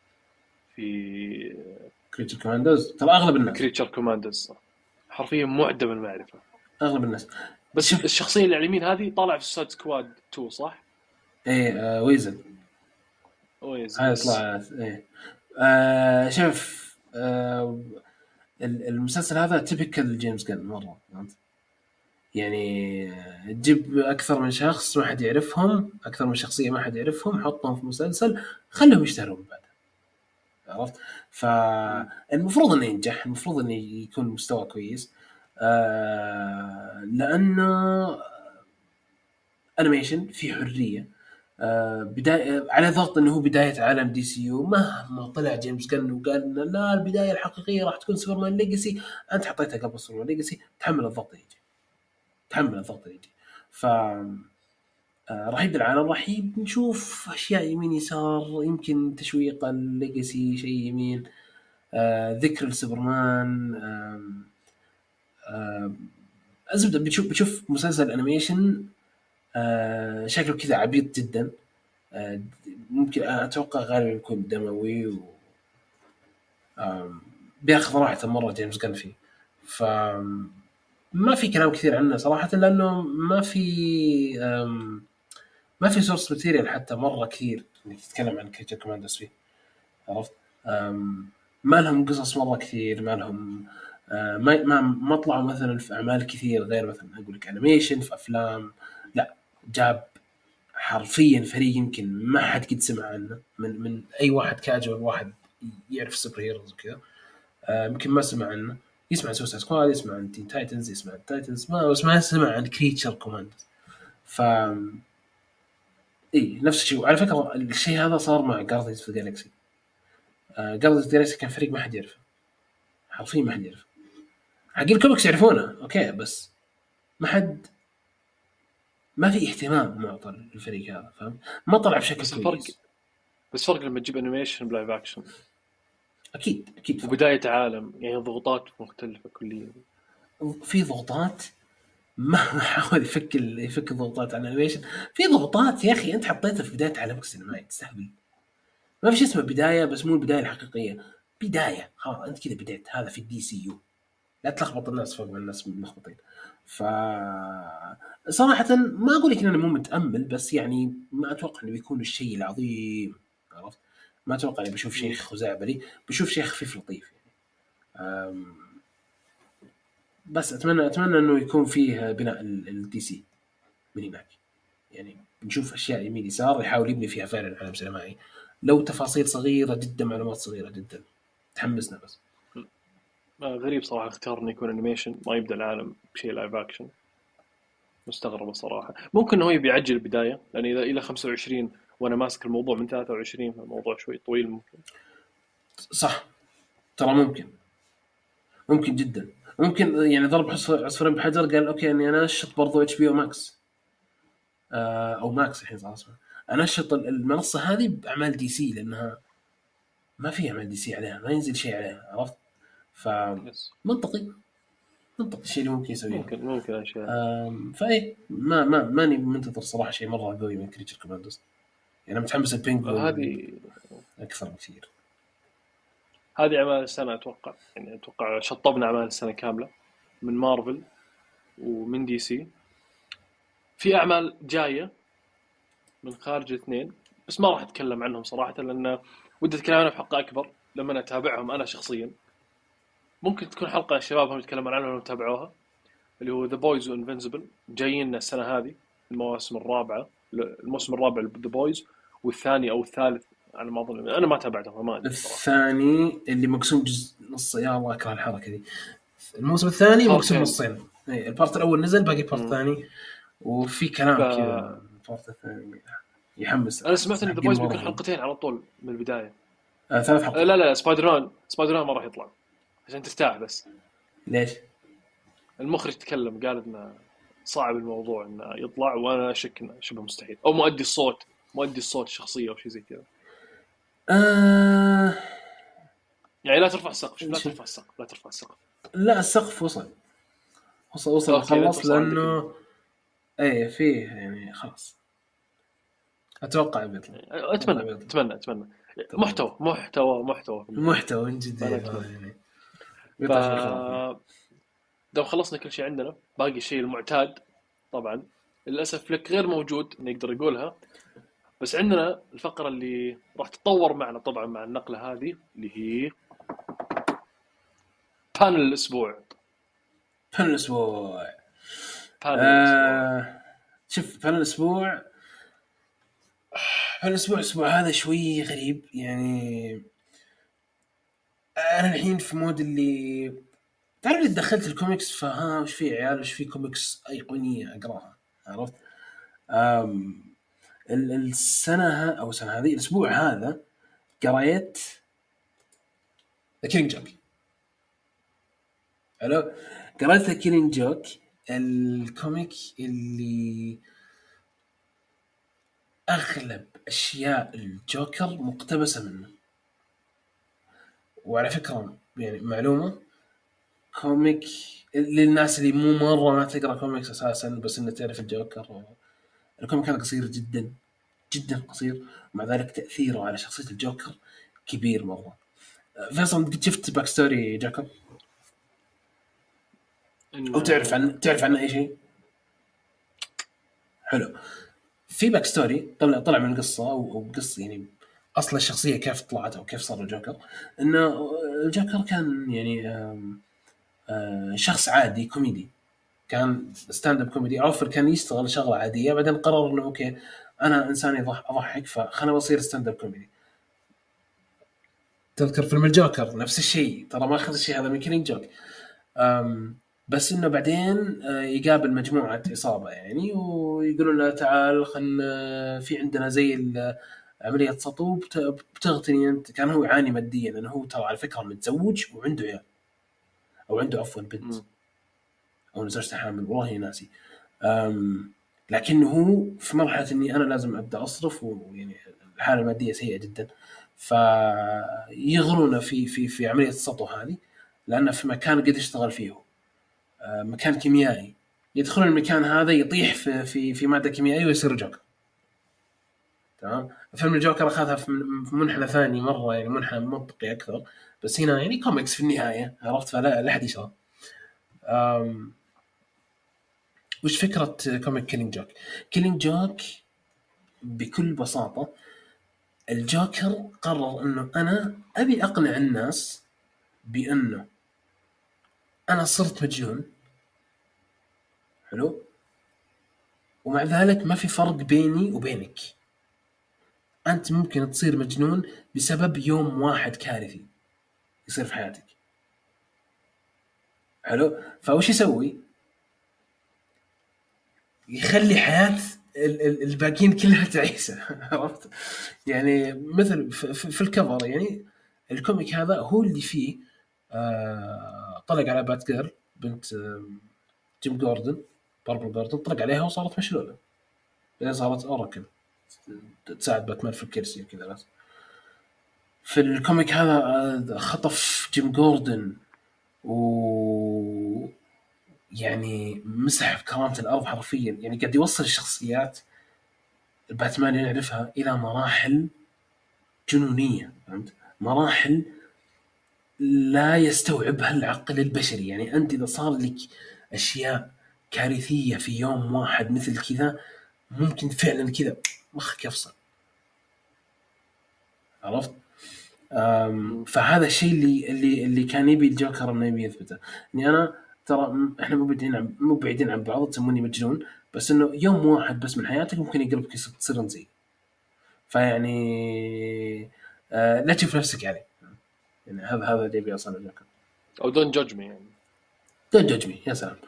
في كريتشر كوماندوز ترى اغلب الناس، كريتشر كوماندوز، حرفيا معدم المعرفه. اغلب الناس. بس شوف، الشخصيه اللي على اليمين هذه طالع في سواد سكواد 2 صح؟ ايه ويزل، اويز هاي يس. طلعت ايه. شوف، المسلسل هذا تيبكال جيمس جن مره، فهمت؟ يعني تجيب اكثر من شخص ما حد يعرفهم، اكثر من شخصيه ما حد يعرفهم، حطهم في مسلسل، خلهم يشتهرون بعد، عرفت؟ فالمفروض انه ينجح، المفروض انه يكون مستوى كويس، لانه انيميشن في حريه. بداية على ضغط انه هو بدايه عالم دي سي يو. مهما طلع جيمس جن وقال ان لا البدايه الحقيقيه راح تكون سوبرمان ليجاسي، انت حطيتها قبل سوبرمان ليجاسي، تحمل الضغط اللي يجي، تحمل الضغط اللي يجي. ف راح يبدا العالم، راح نشوف اشياء يمين يسار، يمكن تشويق الليجاسي شيء يمين، ذكر لسوبرمان. الزبده بتشوف مسلسل انيميشن شكله كذا عبيط جدا. ممكن اتوقع غالبا يكون دموي و بياخذ راحته مره جيمس جن فيه. ف ما في كلام كثير عنه صراحه، لانه ما في سورس ماتيريال حتى مره كثير انك تتكلم عن كريتشر كوماندوز فيه. عرفت؟ ما لهم قصص مره كثير، ما لهم ما طلعوا مثلا في اعمال كثير غير مثلا اقول لك انيميشن في افلام. لا، جاب حرفيا فريق يمكن ما حد قد سمع عنه من اي واحد كاجوال، واحد يعرف سوبر هيروز وكذا. يمكن ما سمع عنه. يسمع سوسايد سكواد، يسمع عن تين تايتنز، يسمع عن تايتنز، بس ما سمع عن كريتشر كوماندوز. ف اي نفس الشيء. وعلى فكره الشيء هذا صار مع جاردينز في الجالكسي. جاردينز جالكسي كان فريق ما حد يعرفه، حرفيا ما حد يعرفه. حق الكوميكس يعرفونه اوكي، بس ما حد، ما في اهتمام معطى للفريق هذا، فاهم؟ ما طلع بشكل بس الفرق كويس. بس فرق لما تجيب انيميشن بلايف اكشن اكيد اكيد فرق. وبداية عالم، يعني ضغوطات مختلفة كليا. في ضغوطات مهما حاول يفك الضغوطات على الانيميشن. في ضغوطات يا اخي انت حطيتها في بدايه عالمك السينمائي، تستهبل. ما في شيء اسمه بدايه، بس مو البدايه الحقيقيه. بدايه ها انت كذا بديت، هذا في الدي سي يو. لا تلخبط الناس فوق من الناس ملخبطين. ف صراحة ما اقول لك ان انا مو متامل، بس يعني ما اتوقع انه بيكون الشيء العظيم. عرفت؟ ما اتوقع اني بشوف شيء مم. خزعبلي، بشوف شيء خفيف لطيف يعني. بس اتمنى انه يكون فيه بناء الدي سي من هناك. يعني بنشوف اشياء يمين يسار يحاول يبني فيها فعلا عالم سينمائي، لو تفاصيل صغيره جدا، معلومات صغيره جدا تحمسنا بس. غريب صراحة اختيار انه يكون انيميشن ما يبدأ العالم بشيء لايف اكشن. مستغرب الصراحة. ممكن هو يبي يعجل البداية، لأن إذا إلى 25 وأنا ماسك الموضوع من 23، فالموضوع شوي طويل ممكن. صح، ترى ممكن جدا. ممكن يعني ضرب عصفورين بحجر، قال اوكي اني انا انشط برضو اتش بي او ماكس، او ماكس الحين صار اسمه. انا انشط المنصه هذه باعمال دي سي، لانها ما في اعمال دي سي عليها، ما ينزل شيء عليها. عرفت؟ يس. فمنطقي، منطقي الشيء اللي ممكن يسويه. ممكن أشياء. فاي ماني منتظر صراحه شيء مره قوي من كريتشر كوماندوز. يعني انا متحمس البينجوين هذه اكثر بكثير. هذه أعمال السنة أتوقع، يعني أتوقع شطبنا أعمال السنة كاملة من مارفل ومن دي سي. في أعمال جاية من خارج الاثنين، بس ما راح أتكلم عنهم صراحة، لأن ودي أتكلم عنهم في حلقة أكبر لما أنا أتابعهم أنا شخصيا. ممكن تكون حلقة الشباب هم يتكلمون عنها لو تابعوها، اللي هو ذا بويز وانفنسبل. جايين السنة هذه المواسم الرابعة، الموسم الرابع لذا بويز، والثاني أو الثالث. أنا ما أظن، أنا ما تابعتها ما أدري صراحة. الثاني اللي مقسوم جزء نص، يا الله اكره الحركه دي. الموسم الثاني مقسوم بارتين. نصين. اي البارت الاول نزل، باقي بارت مم. ثاني. وفي ف كلام كذا البارت الثاني يحمس أنا سمعت إن ذا حقين بويز بيكون مارفل. حلقتين على طول من البداية. 3 حلقات. لا لا، سبايدر مان ما راح يطلع، عشان ترتاح بس. ليش؟ المخرج تكلم قال إنه صعب الموضوع إنه يطلع، وأنا أشك إنه شبه مستحيل، أو مؤدي الصوت الشخصية أو شيء زي كذا. آه... يعني لا ترفع السقف، شوف، لا ترفع السقف. لا، السقف وصل أوكي، لا وخلص، توصل عندك لانه اي فيه يعني خلاص. اتوقع بيطلع. اتوقع اتمنى بيطلع. اتمنى اتمنى. اتوقع محتوى في النهايه. محتوى من جد، فانا اتمنى. يعني ف بيطلع شيء خرافي. لو خلصنا كل شيء عندنا، باقي الشيء المعتاد طبعا. للاسف لك غير موجود نقدر يقولها، بس عندنا الفقره اللي راح تتطور معنا طبعا مع النقله هذه، اللي هي بانل الاسبوع. فن الاسبوع. بانل الاسبوع. شوف، فن الاسبوع هذا شوي غريب يعني. انا الحين في مود اللي تعرف اللي دخلت الكوميكس، فها وش في عيال، وش في كوميكس ايقونيه اقراها. عرفت؟ أم او السنه هذه، الاسبوع هذا قريت ذا كيلينج جوك. حلو. قريت ذا كيلينج جوك، الكوميك اللي اغلب اشياء الجوكر مقتبسه منه. وعلى فكره يعني معلومه، كوميك للناس اللي مو مره ما تقرا كوميكس اساسا، بس انه تعرف الجوكر الكوميك هذا قصير جدا جدا قصير، ومع ذلك تأثيره على شخصية الجوكر كبير مرة. فيصل قد شفت باك ستوري جوكر؟ أو انه تعرف عنه أي شيء؟ حلو. في باك ستوري طلع من القصة أو قصة يعني أصل الشخصية كيف طلعت أو كيف صار الجوكر. إنه الجوكر كان يعني شخص عادي كوميدي، كان ستاند اب كوميدي، عرفر كان يشتغل شغله عاديه بعدين قرر انه اوكي انا انسان اضحك فخلنا اصير ستاند اب كوميدي. تذكر فيلم الجوكر نفس الشيء، ترى ما اخذ الشيء هذا من كيلينج جوك. بس انه بعدين يقابل مجموعه عصابه يعني ويقولون له تعال خلنا في عندنا زي عمليه سطو بتغتني انت. كان هو يعاني ماديا لانه هو ترى على فكره متزوج وعنده عيال، او عنده عفوا بنت، او زوجته حامل والله ناسي. لكنه هو في مرحله اني انا لازم ابدا اصرف، ويعني الحاله الماديه سيئه جدا، فيغرونه في عمليه السطو هذه، لانه في مكان قد اشتغل فيه مكان كيميائي. يدخل المكان هذا يطيح في ماده كيميائيه ويصير جوكر. تمام. فيلم الجوكر اخذها في منحنى ثاني مره، يعني منحنى منطقي اكثر، بس هنا يعني كوميكس في النهايه، عرفت؟ فلا احد يشرح. وش فكرة كوميك كيلينج جوك؟ كيلينج جوك بكل بساطة الجوكر قرر انه انا ابي اقنع الناس بانه انا صرت مجنون، حلو، ومع ذلك ما في فرق بيني وبينك. انت ممكن تصير مجنون بسبب يوم واحد كارثي يصير في حياتك، حلو. فوش يسوي؟ يخلي حياة الباقيين كلها تعيسة. عرفت؟ يعني مثل في الكفر يعني الكوميك هذا هو اللي فيه طلق على بات جيرل بنت جيم جوردن، باربل جوردن، طلق عليها وصارت مشلولة، بعدين صارت اوراكل تساعد باتمان في الكرسي وكذا. بس في الكوميك هذا خطف جيم جوردن و يعني مسح بكرامة الأرض حرفيا، يعني قد يوصل الشخصيات الباتمان اللي نعرفها إلى مراحل جنونية، فهمت؟ مراحل لا يستوعبها العقل البشري. يعني أنت إذا صار لك أشياء كارثية في يوم واحد مثل كذا ممكن فعلا كذا مخك يفصل، عرفت؟ فهذا الشيء اللي كان يبي الجوكر انه يبي يثبته. اني انا ترى احنا مو بعيدين عن بعض، تسموني مجنون، بس انه يوم واحد بس من حياتك ممكن يقلبك تصير نزي. فيعني لا تشوف نفسك عليه، يعني هذا اللي يبي يوصل الجوكر. او دون جادج مي يعني. دون جادج مي، يا سلام.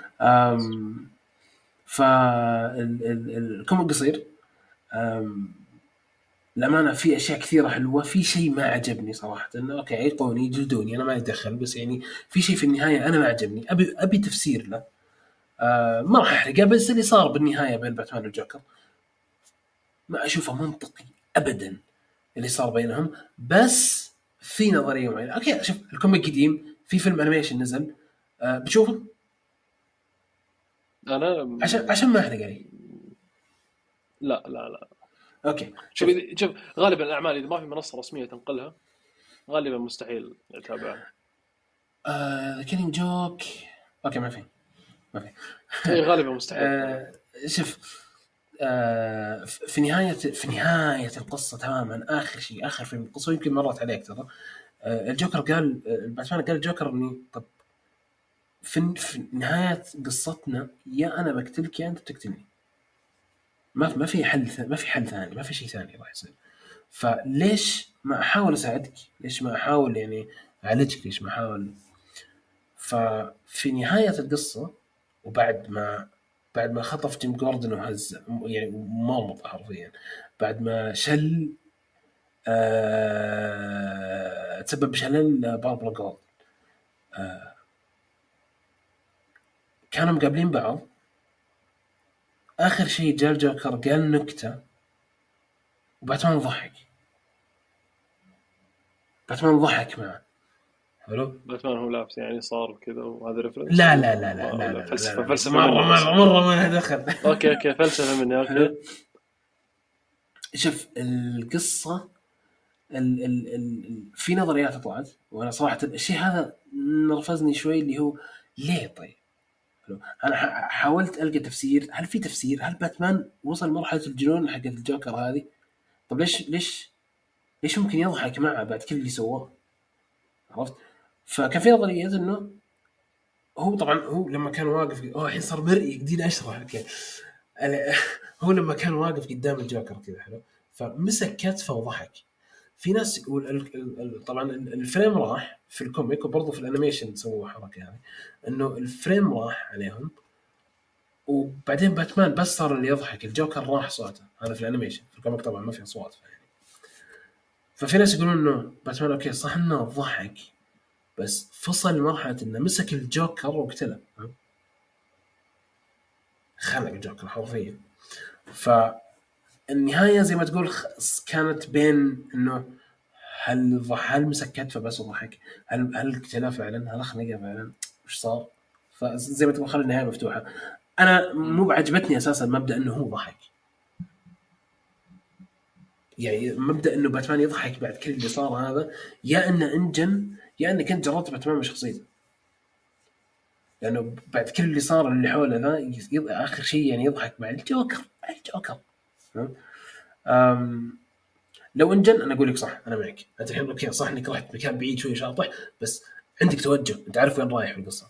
فالكوميك قصير، الأمانة في أشياء كثيرة حلوة. في شيء ما عجبني صراحة، إنه أوكي عيقوني جلدوني أنا ما أتدخل، بس يعني في شيء في النهاية أنا ما عجبني، أبي تفسير له. ما راح أحرقه، بس اللي صار بالنهاية بين باتمان والجوكر ما أشوفه منطقي أبدا اللي صار بينهم. بس في نظرية معينة. أوكي شوف الكوميك قديم، في فيلم أنيميشن نزل، بتشوفه انا عشان ما أحرق عليه. لا لا لا. أوكي شوف شوف. شوف غالبا الاعمال اذا ما في منصه رسميه تنقلها غالبا مستحيل اتابعها. كيلينج جوك أوكي ما في. اي غالبا مستحيل اتابعها. شوف في نهاية القصة تماما، آخر فيلم القصة يمكن مرت عليك ترى. الجوكر قال باتمان قال الجوكر إني طب في نهاية قصتنا يا أنا بقتلك يا أنت بتقتلني، ما في حل، ما في حل ثاني، ما في شيء ثاني راح يصير. فليش ما أحاول أساعدك؟ ليش ما أحاول يعني أعالجك؟ ليش ما أحاول؟ ففي نهاية القصة بعد ما خطف جيم جوردن وهز يعني مرمط حرفيا، بعد ما شل تسبب بشلل باربرا جولد، كانوا مقابلين بعض. آخر شيء جاء الجوكر قال نكتة وباتمان ضحك، باتمان ضحك معه، حلو. باتمان هو لابس يعني صار كذا وهذا ريفرنس لا لا لا لا لا ولا لا لا, لا, فلسفة لا. فلسفة مني مرة بس. مرة مرة ما لها دخل. اوكي فلسفة مني اوكي. حلو. شوف القصة، في نظريات طلعت، وانا صراحة الشيء هذا نرفزني شوي، اللي هو ليه طيب؟ حلو. انا حاولت القى تفسير، هل في تفسير؟ هل باتمان وصل مرحلة الجنون حقت الجوكر هذه؟ طب ليش ممكن يضحك معه بعد كل اللي سواه؟ عرفت؟ فكان في نظريات انه هو طبعا هو لما كان واقف، الحين صار مرئي جديد اشرح لك. هو لما كان واقف قدام الجوكر كذا، حلو، فمسك كتفه وضحك. في ناس يقول طبعا الفريم راح في الكوميك، وبرضه في الانيميشن سووا حركه يعني، انه الفريم راح عليهم، وبعدين باتمان بس صار اللي يضحك، الجوكر راح صوته. هذا في الانيميشن، في الكوميك طبعا ما في اصوات يعني. ففي ناس يقولون انه باتمان اوكي صح انه ضحك، بس فصل مرحله انه مسك الجوكر وقتله، خلق الجوكر حرفيا. فالنهايه زي ما تقول كانت بين انه هل مسك كتفه بس وضحك، هل قتله فعلا، هل خنقه فعلا، وش صار؟ فزي ما تقول خلي النهايه مفتوحه. انا مو بعجبتني اساسا مبدا انه هو ضحك، يعني مبدا انه باتمان يضحك بعد كل اللي صار هذا، يا انه انجن يا انك انت جربت باتمان بشخصيته. لانه بعد كل اللي صار اللي حوله ذا، اخر شيء يعني يضحك مع الجوكر. لو انجن انا اقول لك صح، انا معك. انت الحين اوكي صح انك رحت مكان بعيد شوي شاطح، بس عندك توجه، انت عارف وين رايح بالقصه.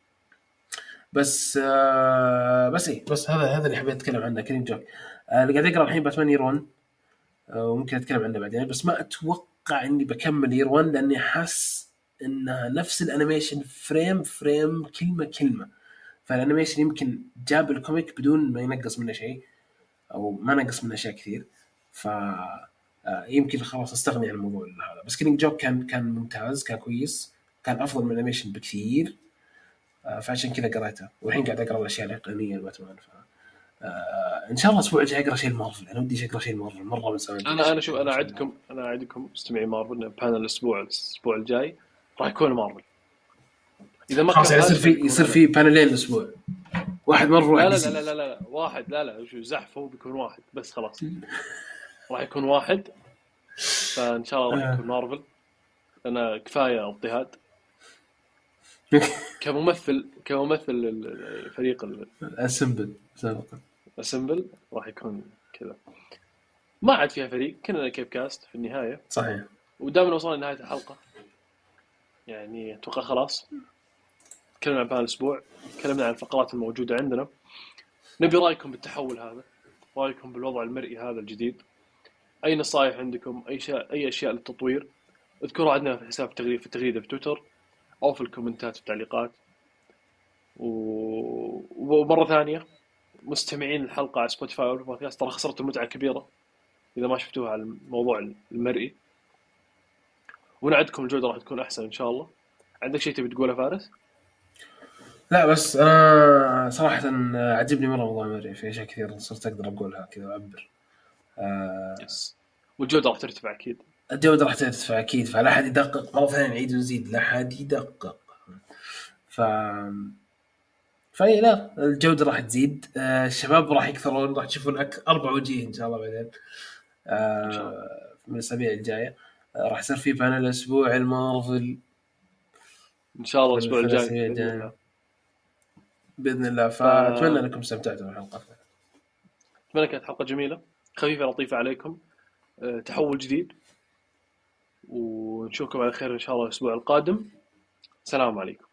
بس ايه، بس هذا اللي حبيت اتكلم عنه، كريم جوك. اللي قاعد اقرا الحين باتمان يير 1، وممكن اتكلم عنه بعدين، بس ما اتوقع اني بكمل يير 1، لاني حاس انها نفس الانيميشن فريم كلمه. فالانيميشن يمكن جاب الكوميك بدون ما ينقص منه شيء، او ما نقص من اشياء كثير. ف يمكن خلاص استغني عن الموضوع هذا. بس كينج جوك كان ممتاز، كان كويس، كان افضل من الانيميشن بكثير. فعشان كذا قريته، والحين قاعد اقرا الاشياء الايقونيه لباتمان. ان شاء الله الاسبوع الجاي اقرا شيء مارفل. انا ودي اقرا شيء مارفل، مره من زمان انا شوف، انا اعدكم مستمعي مارفل، بانل الاسبوع الجاي راح يكون مارفل. اذا ما خلاص كان يعني هذا يصير فبيكون في بانلين الاسبوع، واحد مره واحد لا دي لا لا سي. لا لا لا واحد، لا شو زحف، هو بيكون واحد بس خلاص. راح يكون واحد، فان شاء الله راح يكون مارفل. انا كفايه اضطهاد. كممثل الفريق اسمبل سابقا. الاسمبل راح يكون كذا. ما عاد فيها فريق، كنا كيف كاست في النهايه. صحيح. ودامنا وصلنا لنهايه الحلقه، يعني اتوقع خلاص تكلمنا عن الاسبوع، تكلمنا عن الفقرات الموجوده عندنا. نبي رايكم بالتحول هذا، رايكم بالوضع المرئي هذا الجديد. اي نصائح عندكم، اي اشياء للتطوير، اذكروا عندنا في حساب في التغريده في تويتر، او في الكومنتات في التعليقات. ومره ثانيه، مستمعين الحلقه على سبوتيفاي او البودكاست، ترى خسرتوا متعه كبيره اذا ما شفتوها على الموضوع المرئي. ونعدكم الجوده راح تكون احسن ان شاء الله. عندك شيء تبي تقوله فارس؟ لا بس انا صراحه عجبني مره موضوع مري، في اشياء كثير صرت اقدر اقولها كذا واعبر. يس. والجوده راح ترتفع اكيد. الجوده راح ترتفع اكيد، فلا حد يدقق مره ثانيه، نعيد ونزيد، لا حد يدقق. ف فاي لا، الجوده راح تزيد. الشباب راح يكثرون، راح تشوفون اربع وجيه ان شاء الله بعدين ان شاء الله. من الاسابيع الجايه. راح يصير في بانل اسبوع المارفل ان شاء الله الاسبوع في الجاي الاسابيع باذن الجايه الله. باذن الله. ف فاتمنى انكم استمتعتوا بالحلقه. اتمنى كانت حلقه جميله خفيفه لطيفه عليكم. تحول جديد. ونشوفكم على خير ان شاء الله الاسبوع القادم. سلام عليكم.